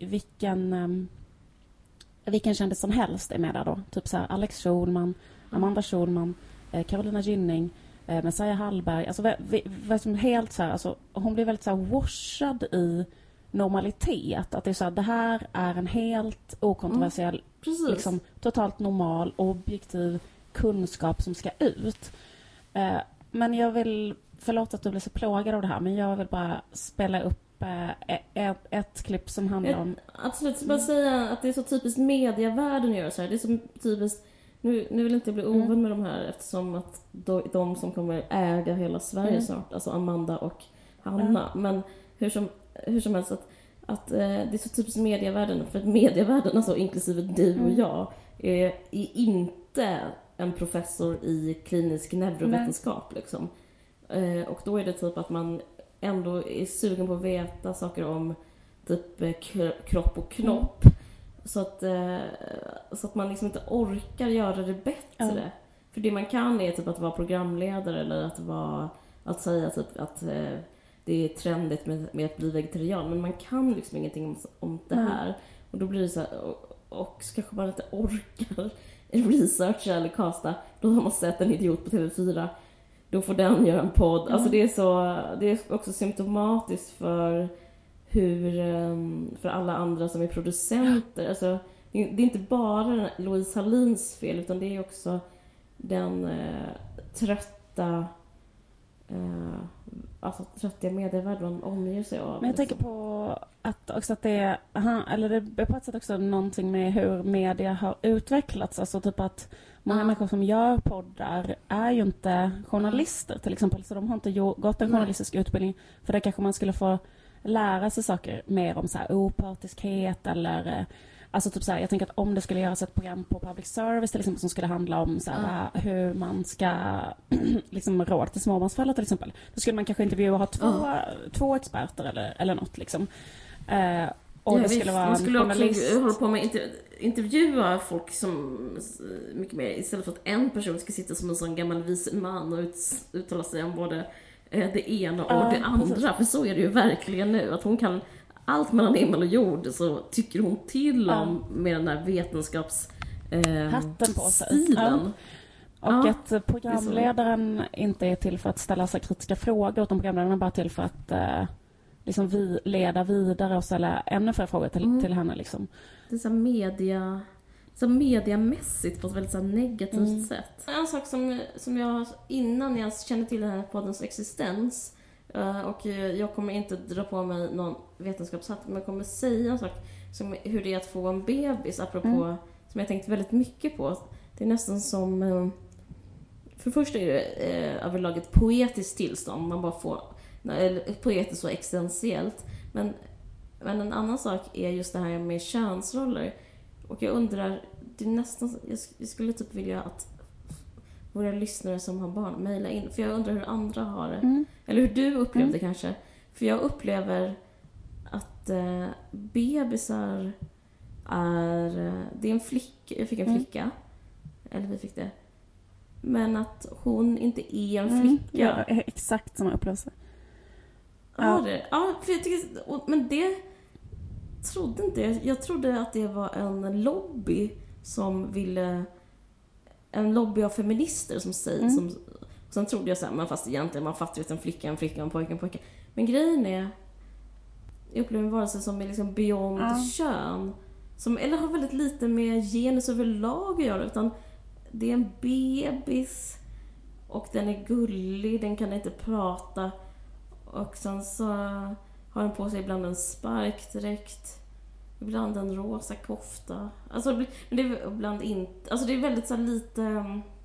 [SPEAKER 2] vilken kändis som helst är med där då. Typ så här Alex Schulman, Amanda Schulman, Carolina Gynning, Messiah Hallberg. Alltså helt så här, alltså, hon blir väldigt så här washad i normalitet. Att det är så här, det här är en helt okontroversiell, liksom, totalt normal, objektiv kunskap som ska ut. Men jag vill, förlåt att du blir så plågad av det här, men jag vill bara spela upp ett klipp som handlar om...
[SPEAKER 3] Absolut, så bara säga att det är så typiskt medievärlden gör så här. Det är så typiskt, nu vill inte jag bli ovän med de här, eftersom att de som kommer äga hela Sverige snart, alltså Amanda och Hanna, men hur som helst att det är så typiskt medievärlden, för att medievärlden, alltså inklusive du och jag, är inte en professor i klinisk neurovetenskap liksom. Och då är det typ att man ändå är sugen på att veta saker om typ kropp och knopp, så att man liksom inte orkar göra det bättre. För det man kan är typ att vara programledare, eller att säga typ att det är trendigt med att bli vegetarian, men man kan liksom ingenting om det här. Och då blir det så här, och så kanske man inte orkar researcha eller casta, då har man sett en idiot på TV4, då får den göra en podd. Alltså det är också symptomatiskt för hur för alla andra som är producenter. Alltså det det är inte bara Louise Hallins fel, utan det är också den trötta tröttiga medievärld man omger sig av.
[SPEAKER 2] Men jag tänker på att också att det är på ett sätt också någonting med hur media har utvecklats. Alltså typ att många människor som gör poddar är ju inte journalister till exempel. Så de har inte gått en journalistisk utbildning. För det kanske man skulle få lära sig saker mer om så här opartiskhet eller... Alltså typ så här, jag tänker att om det skulle göras ett program på public service till exempel som skulle handla om så här, hur man ska liksom råd till småbarnsföräldrar till exempel. Då skulle man kanske intervjua och ha två experter eller något liksom. Och det skulle vara
[SPEAKER 3] man skulle
[SPEAKER 2] en journalist.
[SPEAKER 3] också hålla på med intervjua folk som mycket mer, istället för att en person ska sitta som en sån gammal vis man och uttala sig om både det ena och det andra. Precis. För så är det ju verkligen nu, att hon kan allt mellan himmel och jord, så tycker hon till om med den här vetenskaps
[SPEAKER 2] hatten på sig.
[SPEAKER 3] stilen.
[SPEAKER 2] Och att programledaren inte är till för att ställa sig kritiska frågor, utan programledaren är bara till för att liksom leda vidare och ställa ännu fler frågor till henne. Liksom.
[SPEAKER 3] Det är så mediamässigt på ett väldigt så negativt sätt. En sak som jag, innan jag kände till den här poddens existens, och jag kommer inte dra på mig någon vetenskapshatt, men jag kommer säga en sak som hur det är att få en bebis, apropå som jag tänkt väldigt mycket på. Det är nästan som för första är det överlag ett poetiskt tillstånd, man bara får poetiskt och existentiellt, men en annan sak är just det här med könsroller. Och jag undrar, det är nästan, jag skulle typ vilja att våra lyssnare som har barn mejla in, för jag undrar hur andra har det. Eller hur du upplevde det kanske. För jag upplever att bebisar det är en flicka. Jag fick en flicka. Eller vi fick det. Men att hon inte är en flicka.
[SPEAKER 2] Ja, exakt samma upplevelse.
[SPEAKER 3] Ja, för jag tycker, men det trodde inte jag trodde att det var en lobby som ville, en lobby av feminister som säger som, sen trodde jag så här, men fast egentligen man fattar ju en flicka, en pojke. Men grejen är, jag upplever en varelse som är liksom beyond kön, som eller har väldigt lite med genus överlag att göra, utan det är en bebis och den är gullig, den kan inte prata, och sen så har den på sig ibland en sparkdräkt, ibland en rosa kofta. Alltså, men det är ibland inte, alltså det är väldigt så lite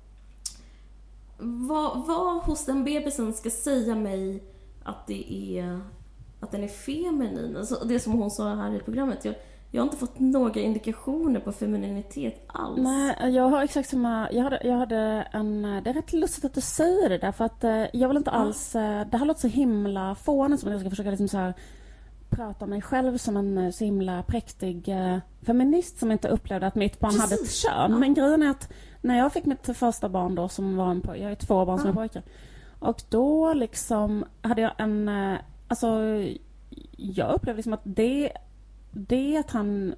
[SPEAKER 3] vad hos den bebisen ska säga mig att det är, att den är feminin. Alltså det som hon sa här i programmet, jag har inte fått några indikationer på femininitet alls.
[SPEAKER 2] Nej, jag har exakt samma. Jag hade en. Det är rätt lustigt att du säger det där, för att jag vill inte alls. Det har låtit så himla fånigt som att jag ska försöka liksom så här prata om mig själv som en så himla präktig feminist som inte upplevde att mitt barn hade ett kön. Men grejen är att när jag fick mitt första barn då, som var en pojke, jag har 2 barn som är pojkar, och då liksom hade jag en. Alltså jag upplevde liksom att det att han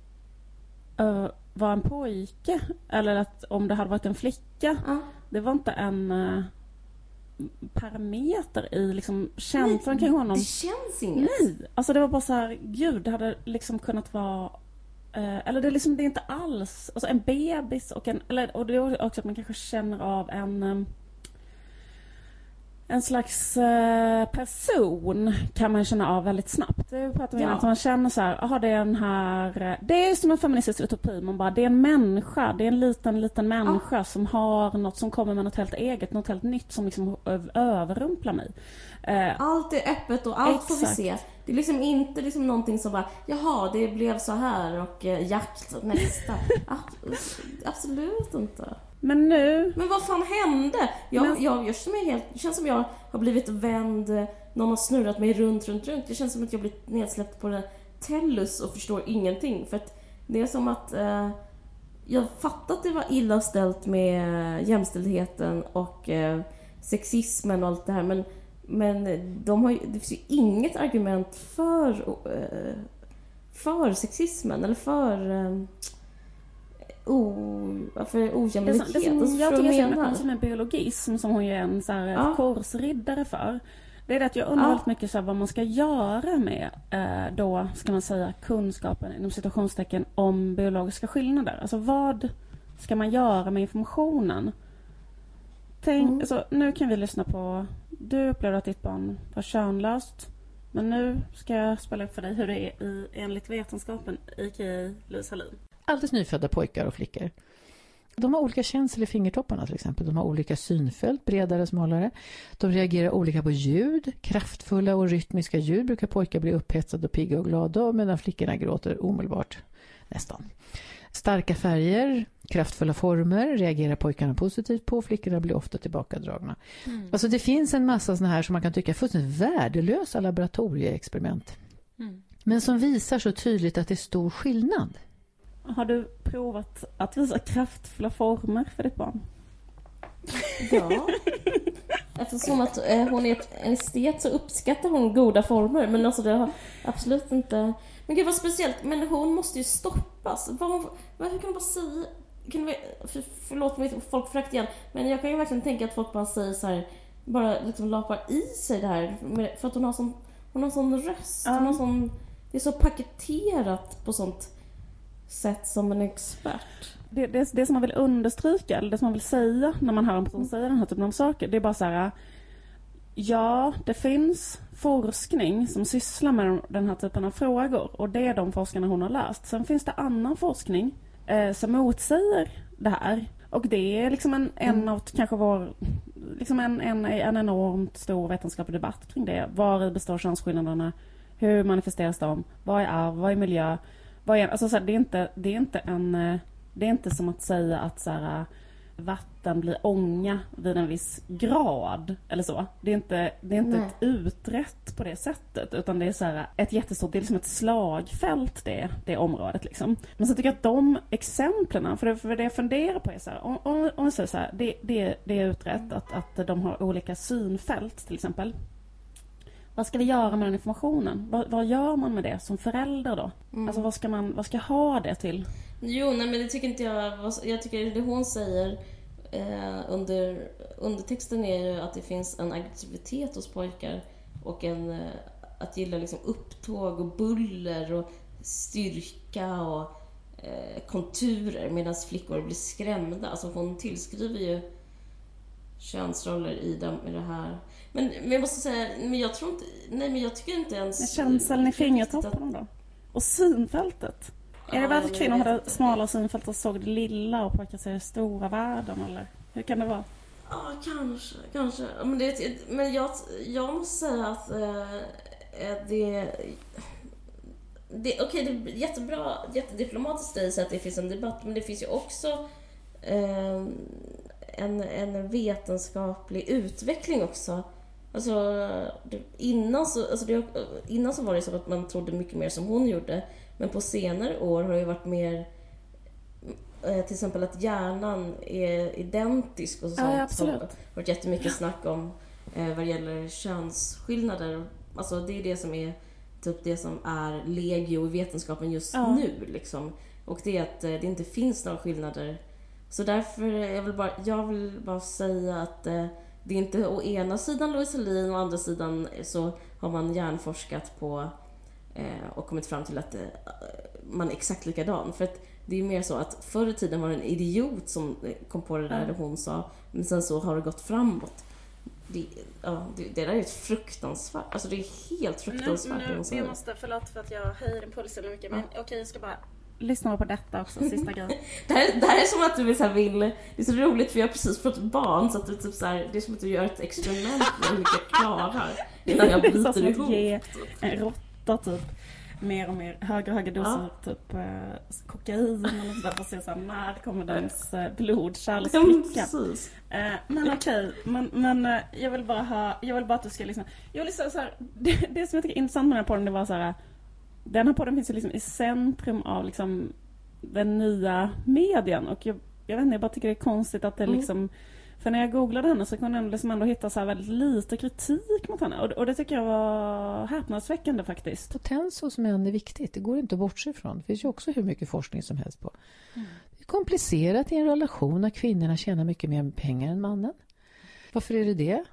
[SPEAKER 2] var en pojke, eller att om det hade varit en flicka, det var inte en parameter i liksom känslan kring honom.
[SPEAKER 3] Det känns inget.
[SPEAKER 2] Nej, alltså det var bara så här, gud, det hade liksom kunnat vara eller det är liksom, det är inte alls, alltså en bebis och och det är också att man kanske känner av en slags person kan man känna av väldigt snabbt. Det pratar vi om att man känner så här, det är den här, det är som en feministisk utopi, man bara, det är en människa, det är en liten människa som har något, som kommer med något helt eget, något helt nytt som liksom överrumplar mig.
[SPEAKER 3] Allt är öppet och allt får vi se. Det är liksom inte liksom någonting som bara, jaha, det blev så här och jakt nästa. Absolut inte.
[SPEAKER 2] Men
[SPEAKER 3] vad fan hände? Det känns som jag har blivit vänd, någon har snurrat mig runt. Det känns som att jag blivit nedsläppt på det tellus och förstår ingenting. För att det är som att jag fattat att det var illa ställt med jämställdheten och sexismen och allt det här, men det finns ju inget argument för sexismen eller för ojämlikhet.
[SPEAKER 2] Jag tycker att med biologism, som hon ju är en så här kursriddare för, Det är det att jag undrar väldigt mycket så här, vad man ska göra med då, ska man säga, kunskapen inom citationstecken om biologiska skillnader. Alltså vad ska man göra med informationen? Tänk, alltså, nu kan vi lyssna på, du upplevde att ditt barn var könlöst, men nu ska jag spela upp för dig hur det är enligt vetenskapen, i.k.a. Louise Hallin.
[SPEAKER 5] Alldeles nyfödda pojkar och flickor. De har olika känsel i fingertopparna till exempel. De har olika synfält, bredare, smalare. De reagerar olika på ljud. Kraftfulla och rytmiska ljud brukar pojkar bli upphetsade och pigga och glada, medan flickorna gråter omedelbart, nästan. Starka färger, kraftfulla former reagerar pojkarna positivt på, flickorna blir ofta tillbakadragna. Alltså det finns en massa såna här som man kan tycka är fullständigt värdelösa laboratorieexperiment. Men som visar så tydligt att det är stor skillnad.
[SPEAKER 2] Har du provat att visa kraftfulla former för ditt barn?
[SPEAKER 3] Ja. Eftersom att hon är en estet så uppskattar hon goda former. Men alltså det har absolut inte... Men gud vad speciellt. Men hon måste ju stoppas. Hur kan man bara säga... Förlåt mig folk frakt igen. Men jag kan ju verkligen tänka att folk bara säger så här... Bara liksom lapar i sig det här. För att hon har sån röst. Hon har sån, det är så paketerat på sånt sätt som en expert.
[SPEAKER 2] Det som man vill understryka, eller det som man vill säga när man hör en person säga den här typen av saker, det är bara så här: ja, det finns forskning som sysslar med den här typen av frågor, och det är de forskarna hon har läst. Sen finns det annan forskning som motsäger det här, och det är liksom en av kanske liksom en enormt stor vetenskaplig debatt kring det. Var består könsskillnaderna? Hur manifesteras de? Vad är arv? Vad är miljö? Alltså så här, det är inte som att säga att så här, vatten blir ånga vid en viss grad eller så. Det är inte ett utrett på det sättet, utan det är så här ett jättestort, det är liksom ett slagfält det området liksom. Men så tycker jag att de exemplen, för det jag funderar på är så här, om vi säger så här, det är utrett att de har olika synfält till exempel. Vad ska vi göra med den informationen? Vad gör man med det som förälder då? Alltså vad ska jag ha det till?
[SPEAKER 3] Jo, nej, men det tycker inte jag. Jag tycker det hon säger under undertexten är ju att det finns en aggressivitet hos pojkar och att gilla liksom upptåg och buller och styrka och konturer, medan flickor blir skrämda. Alltså hon tillskriver ju könsroller i det här. Men jag måste säga, men jag tror inte, nej, men jag tycker inte ens...
[SPEAKER 2] Känseln i fingertopparna då? Och synfältet? Är det varför kvinnor hade smala synfält och såg det lilla och pojkar ser stora världen, eller? Hur kan det vara?
[SPEAKER 3] Ja, kanske. Men jag måste säga att det är jättebra, jättediplomatiskt i sig att det finns en debatt, men det finns ju också en vetenskaplig utveckling också. Alltså innan så var det så att man trodde mycket mer som hon gjorde, men på senare år har det ju varit mer till exempel att hjärnan är identisk och sånt.
[SPEAKER 2] Ja, absolut.
[SPEAKER 3] Det har varit jättemycket snack om vad gäller könsskillnader. Alltså det är det som är typ det som är legio i vetenskapen just nu liksom. Och det är att det inte finns några skillnader. Så därför jag vill bara säga att det är inte å ena sidan Louise Hallin och å andra sidan så har man hjärnforskat på och kommit fram till att man är exakt likadan. För att det är mer så att förr i tiden var det en idiot som kom på det där hon sa, men sen så har det gått framåt. Det där är ett fruktansvärt, alltså det är helt fruktansvärt.
[SPEAKER 2] Jag måste, förlåt för att jag höjer impulsen mycket, men okej, jag ska bara lyssna på detta också, sista grejen.
[SPEAKER 3] Det här är som att du vill, det är så roligt för jag har precis fått barn, så att du typ så här, det är som att du gör ett experiment med hur mycket jag klarar innan jag biter ihop.
[SPEAKER 2] Att ge en råtta typ mer och mer högre doser typ kokain eller sådär, för att se så här, när kommer dens blodkärl spricka. Men okej, men jag vill bara att du ska liksom, jag vill säga så här, det som jag tycker är intressant med den här podden, det var så här, den här podden finns ju liksom i centrum av liksom den nya medien, och jag vet inte, jag bara tycker det är konstigt att det liksom, för när jag googlade henne så kunde jag liksom ändå hitta så här väldigt lite kritik mot henne, och det tycker jag var häpnadsväckande faktiskt.
[SPEAKER 5] Potens hos män är viktigt, det går inte att bortse ifrån. Det finns ju också hur mycket forskning som helst på. Det är komplicerat i en relation när kvinnorna tjänar mycket mer pengar än mannen. Varför är det det?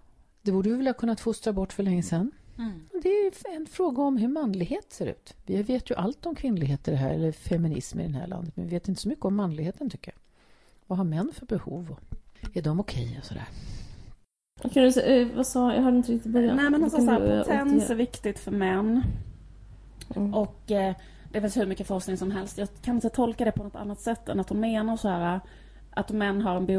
[SPEAKER 5] Det borde vi väl ha kunnat fostra bort för länge sedan. Det är en fråga om hur manlighet ser ut. Vi vet ju allt om kvinnlighet i det här, eller feminism i det här landet, men vi vet inte så mycket om manligheten, tycker jag. Vad har män för behov? Är de okej och sådär?
[SPEAKER 3] Kan du säga, vad sa jag? Hörde inte riktigt början.
[SPEAKER 2] Nej, men alltså, så här, potens är viktigt för män. Och det finns hur mycket forskning som helst. Jag kan inte tolka det på något annat sätt än att de menar så här, att män har en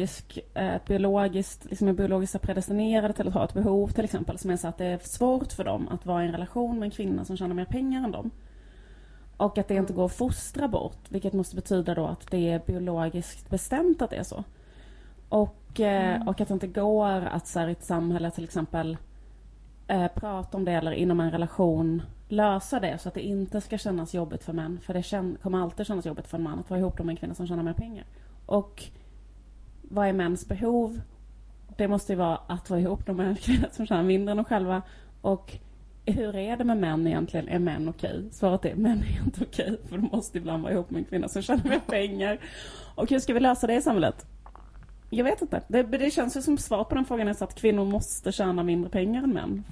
[SPEAKER 2] biologiskt predestinerade till att ha ett behov, till exempel, som är så att det är svårt för dem att vara i en relation med en kvinna som tjänar mer pengar än dem. Och att det inte går att fostra bort, vilket måste betyda då att det är biologiskt bestämt att det är så. Och att det inte går att så här, i ett samhälle till exempel prata om det eller inom en relation lösa det så att det inte ska kännas jobbigt för män. För det kommer alltid kännas jobbigt för en man att vara ihop med en kvinna som tjänar mer pengar. Och vad är mäns behov? Det måste ju vara att vara ihop med en kvinna som tjänar mindre än de själva. Och hur är det med män egentligen? Är män okej? Svaret är män är inte okej. För de måste ibland vara ihop med en kvinna som tjänar mer pengar. Och hur ska vi lösa det i samhället? Jag vet inte. Det känns ju som svar på den frågan är så att kvinnor måste tjäna mindre pengar än män.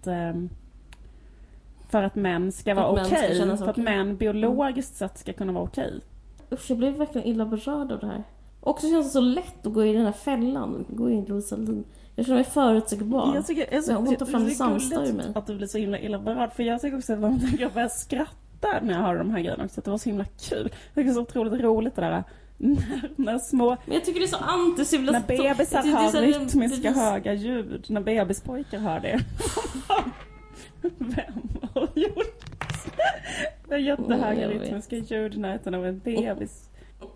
[SPEAKER 2] För att män ska vara okej. För att män biologiskt sett ska kunna vara okej.
[SPEAKER 3] Usch, jag blev verkligen illa berörd av det här. Och så känns det så lätt att gå i den här fällan. Gå in i Rosalind. Jag känner mig förutsägbar. Jag har gått fram samstör i mig.
[SPEAKER 2] Att du blir så himla berörd. För jag tycker också att jag börjar skratta när jag hör de här grejerna också. Att det var så himla kul. Jag tycker det är så otroligt roligt det där. När små...
[SPEAKER 3] Men jag tycker det är så anticivilisatorisk.
[SPEAKER 2] När bebisar har rytmiska höga ljud. När bebispojkar hör det. Vem har gjort det är jättehöga rytmiska ljud i närheten av en bebis.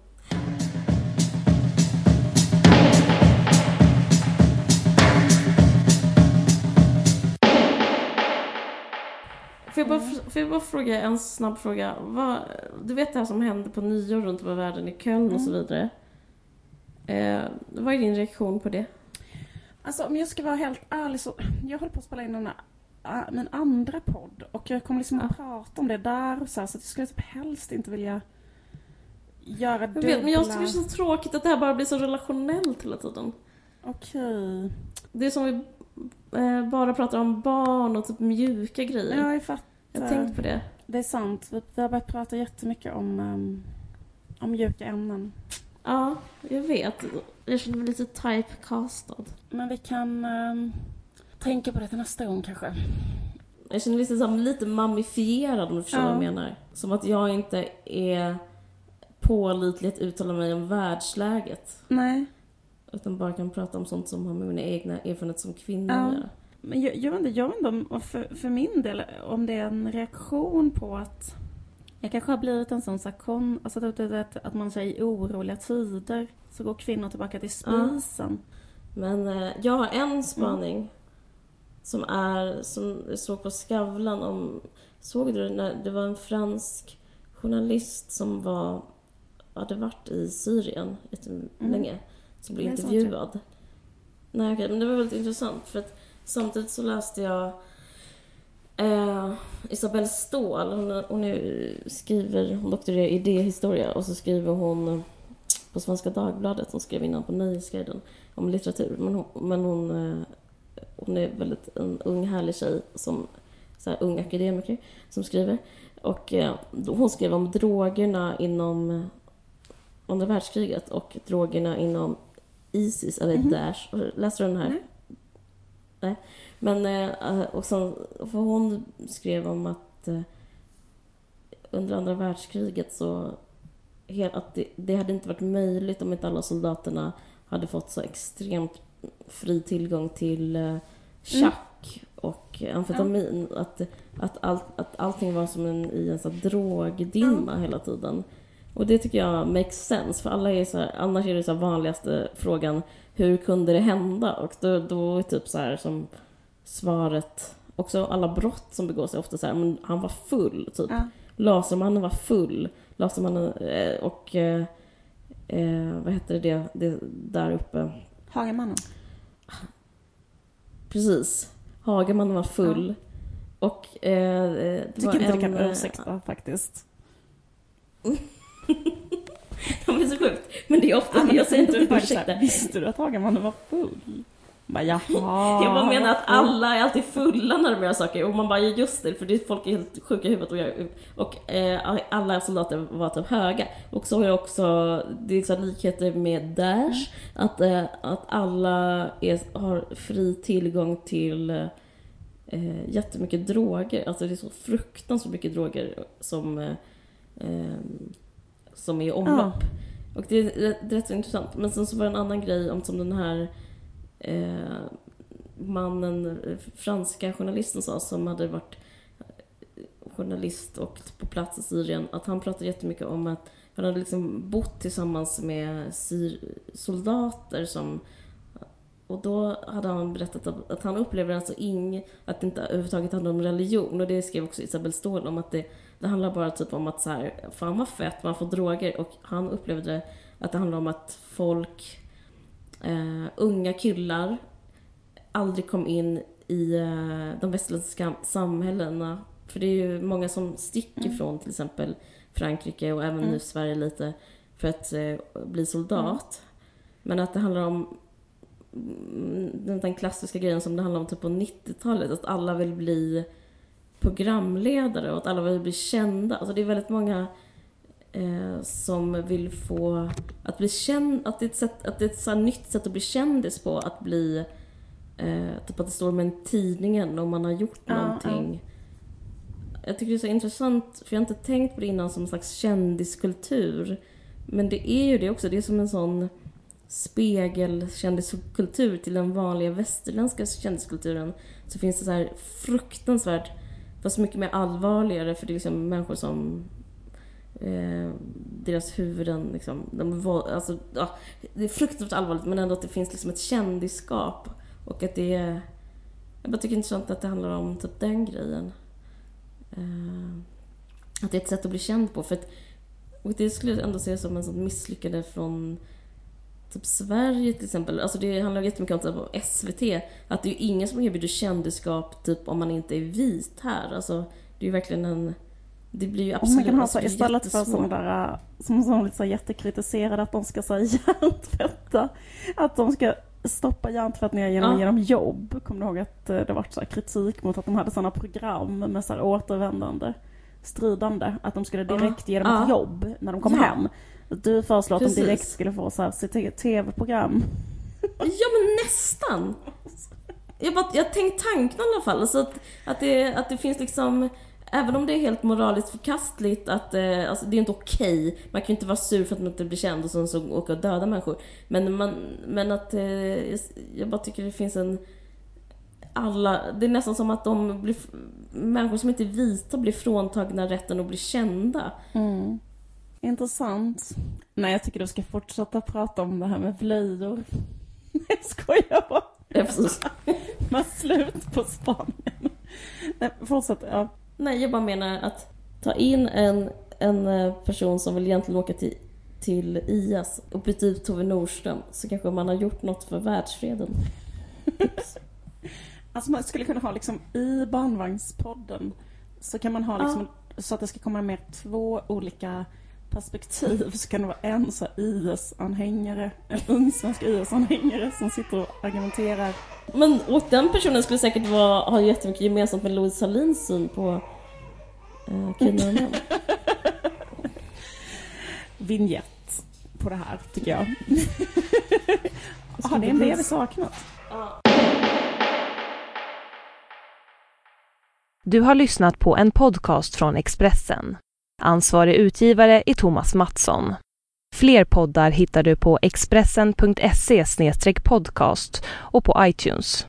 [SPEAKER 3] Får jag bara fråga en snabb fråga? Du vet det här som hände på nyår runt om i världen i Köln och så vidare. Vad är din reaktion på det?
[SPEAKER 2] Alltså om jag ska vara helt ärlig så jag håller på att spela in min andra podd och jag kommer liksom att prata om det där och så att jag skulle typ helst inte vilja göra dubbla...
[SPEAKER 3] Men jag tycker det är så tråkigt att det här bara blir så relationellt hela tiden.
[SPEAKER 2] Okej.
[SPEAKER 3] Det är som vi bara pratar om barn och typ mjuka grejer.
[SPEAKER 2] Ja, jag fattar.
[SPEAKER 3] Jag har tänkt på det.
[SPEAKER 2] Det är sant. Vi har börjat prata jättemycket om mjuka ämnen.
[SPEAKER 3] Ja, jag vet. Jag känner mig lite typecastad.
[SPEAKER 2] Men vi kan tänka på det till nästa gång kanske.
[SPEAKER 3] Jag känner mig lite mammifierad om du förstår vad jag menar. Som att jag inte är pålitligt uttala mig om världsläget.
[SPEAKER 2] Nej.
[SPEAKER 3] Utan bara kan prata om sånt som har med mina egna erfarenheter som kvinna att göra.
[SPEAKER 2] Men jag vet inte om för min del om det är en reaktion på att jag kanske har blivit en sån alltså att man säger i oroliga tider så går kvinnor tillbaka till spisen.
[SPEAKER 3] Men jag har en spaning som såg på Skavlan om, såg du när det var en fransk journalist som hade varit i Syrien länge som blev intervjuad. Nej, okej, men det var väldigt intressant för att samtidigt så läste jag Isabelle Ståhl, hon doktorerar i idéhistoria och så skriver hon på Svenska Dagbladet, hon skrev innan på Nöjesguiden om litteratur, men hon är väldigt en ung härlig tjej som så här, ung akademiker som skriver och hon skrev om drogerna inom andra världskriget och drogerna inom ISIS eller Daesh. Läste du den här? Nej. Men och så, för hon skrev om att under andra världskriget så att det hade inte varit möjligt om inte alla soldaterna hade fått så extremt fri tillgång till chack och amfetamin att allting var som i en så drogdimma hela tiden. Och det tycker jag makes sense för alla är så här, annars är det så här vanligaste frågan hur kunde det hända och då är typ så här som svaret också alla brott som begås är ofta så här men han var full typ. Lasermannen var full. Lasermannen och vad heter det där uppe?
[SPEAKER 2] Hagamannen.
[SPEAKER 3] Precis. Hagamannen var full. Och det
[SPEAKER 2] tycker
[SPEAKER 3] var
[SPEAKER 2] inte det kan ursäkta faktiskt.
[SPEAKER 3] Det är så sjukt. Men det är ofta jag säger inte ursäkta.
[SPEAKER 2] Visste du att Hagamannen var full? Jaha.
[SPEAKER 3] Jag bara menar att alla är alltid fulla när de gör saker. Och man bara, just det, för det, folk är helt sjuka i huvudet. Och alla soldater var typ höga. Och så har jag också, det är så likheter med Daesh. Att alla har fri tillgång till jättemycket droger. Alltså det är så fruktansvärt mycket droger som är i omlopp. Och det är rätt så intressant. Men sen så var det en annan grej om som den här mannen, franska journalisten sa, som hade varit journalist och på plats i Syrien, att han pratade jättemycket om att han hade liksom bott tillsammans med soldater som, och då hade han berättat att han upplever alltså att det inte överhuvudtaget handlar om religion, och det skrev också Isabel Ståhl om, att det handlar bara typ om att så här, fan vad fett, man får droger, och han upplevde att det handlar om att folk, unga killar aldrig kom in i de västerländska samhällena, för det är ju många som sticker från till exempel Frankrike och även nu Sverige lite för att bli soldat. Men att det handlar om den klassiska grejen som det handlar om typ på 90-talet, att alla vill bli programledare och att alla vill bli kända. Alltså det är väldigt många som vill få att bli känd, att det är ett så nytt sätt att bli kändis på, att bli typ att det står med en tidningen om man har gjort någonting. Jag tycker det är så intressant, för jag har inte tänkt på det innan som en slags kändiskultur, men det är ju det också, det är som en sån spegelkändiskultur till den vanliga västerländska kändiskulturen. Så finns det så här fruktansvärt, fast mycket mer allvarligare, för det är liksom människor som deras huvuden liksom, alltså, det är fruktansvärt allvarligt, men ändå att det finns liksom ett kändisskap, och att det är, jag bara tycker det är intressant att det handlar om typ den grejen, att det är ett sätt att bli känd på, för att, och det skulle jag ändå se som en sån misslyckande från typ Sverige till exempel. Alltså det handlar jättemycket om typ SVT, att det är ju ingen som erbjuder kändisskap typ om man inte är vit här. Alltså det är ju verkligen det blir ju absolut,
[SPEAKER 2] man kan ha så istället för sådana där som lite så jättekritiserade, att de ska säga hjärntvätta, att de ska stoppa hjärntvättningar genom att ge dem jobb. Kommer du ihåg att det var så här kritik mot att de hade sådana program med så här återvändande stridande, att de skulle direkt ge dem ett jobb när de kom hem. Du föreslår att de direkt skulle få så här tv-program.
[SPEAKER 3] Ja, men nästan. Jag har tänkt tanken i alla fall, alltså att det finns liksom, även om det är helt moraliskt förkastligt, att alltså det är inte okej. Man kan ju inte vara sur för att man inte blir känd och så åka och döda människor. Men att jag bara tycker det finns det är nästan som att människor som inte är vita blir fråntagna rätten att bli kända.
[SPEAKER 2] Intressant. Nej, jag tycker du ska fortsätta prata om det här med blöjor. Jag skojar bara.
[SPEAKER 3] Ja, precis.
[SPEAKER 2] Man slut på Spanien. Nej, fortsätt, ja.
[SPEAKER 3] Nej, jag bara menar att ta in en person som vill egentligen åka till IS och byta ut Tove Nordström, så kanske man har gjort något för världsfreden.
[SPEAKER 2] Alltså man skulle kunna ha liksom i barnvagnspodden, så kan man ha liksom, så att det ska komma med 2 olika perspektiv, så kan det vara en så IS-anhängare, en ung svensk IS-anhängare som sitter och argumenterar.
[SPEAKER 3] Men och den personen skulle säkert ha jättemycket gemensamt med Louise Salins syn på kvinnor och män.
[SPEAKER 2] Vignett på det här, tycker jag. Det är en del vi saknat.
[SPEAKER 1] Du har lyssnat på en podcast från Expressen. Ansvarig utgivare är Thomas Mattsson. Fler poddar hittar du på expressen.se/podcast och på iTunes.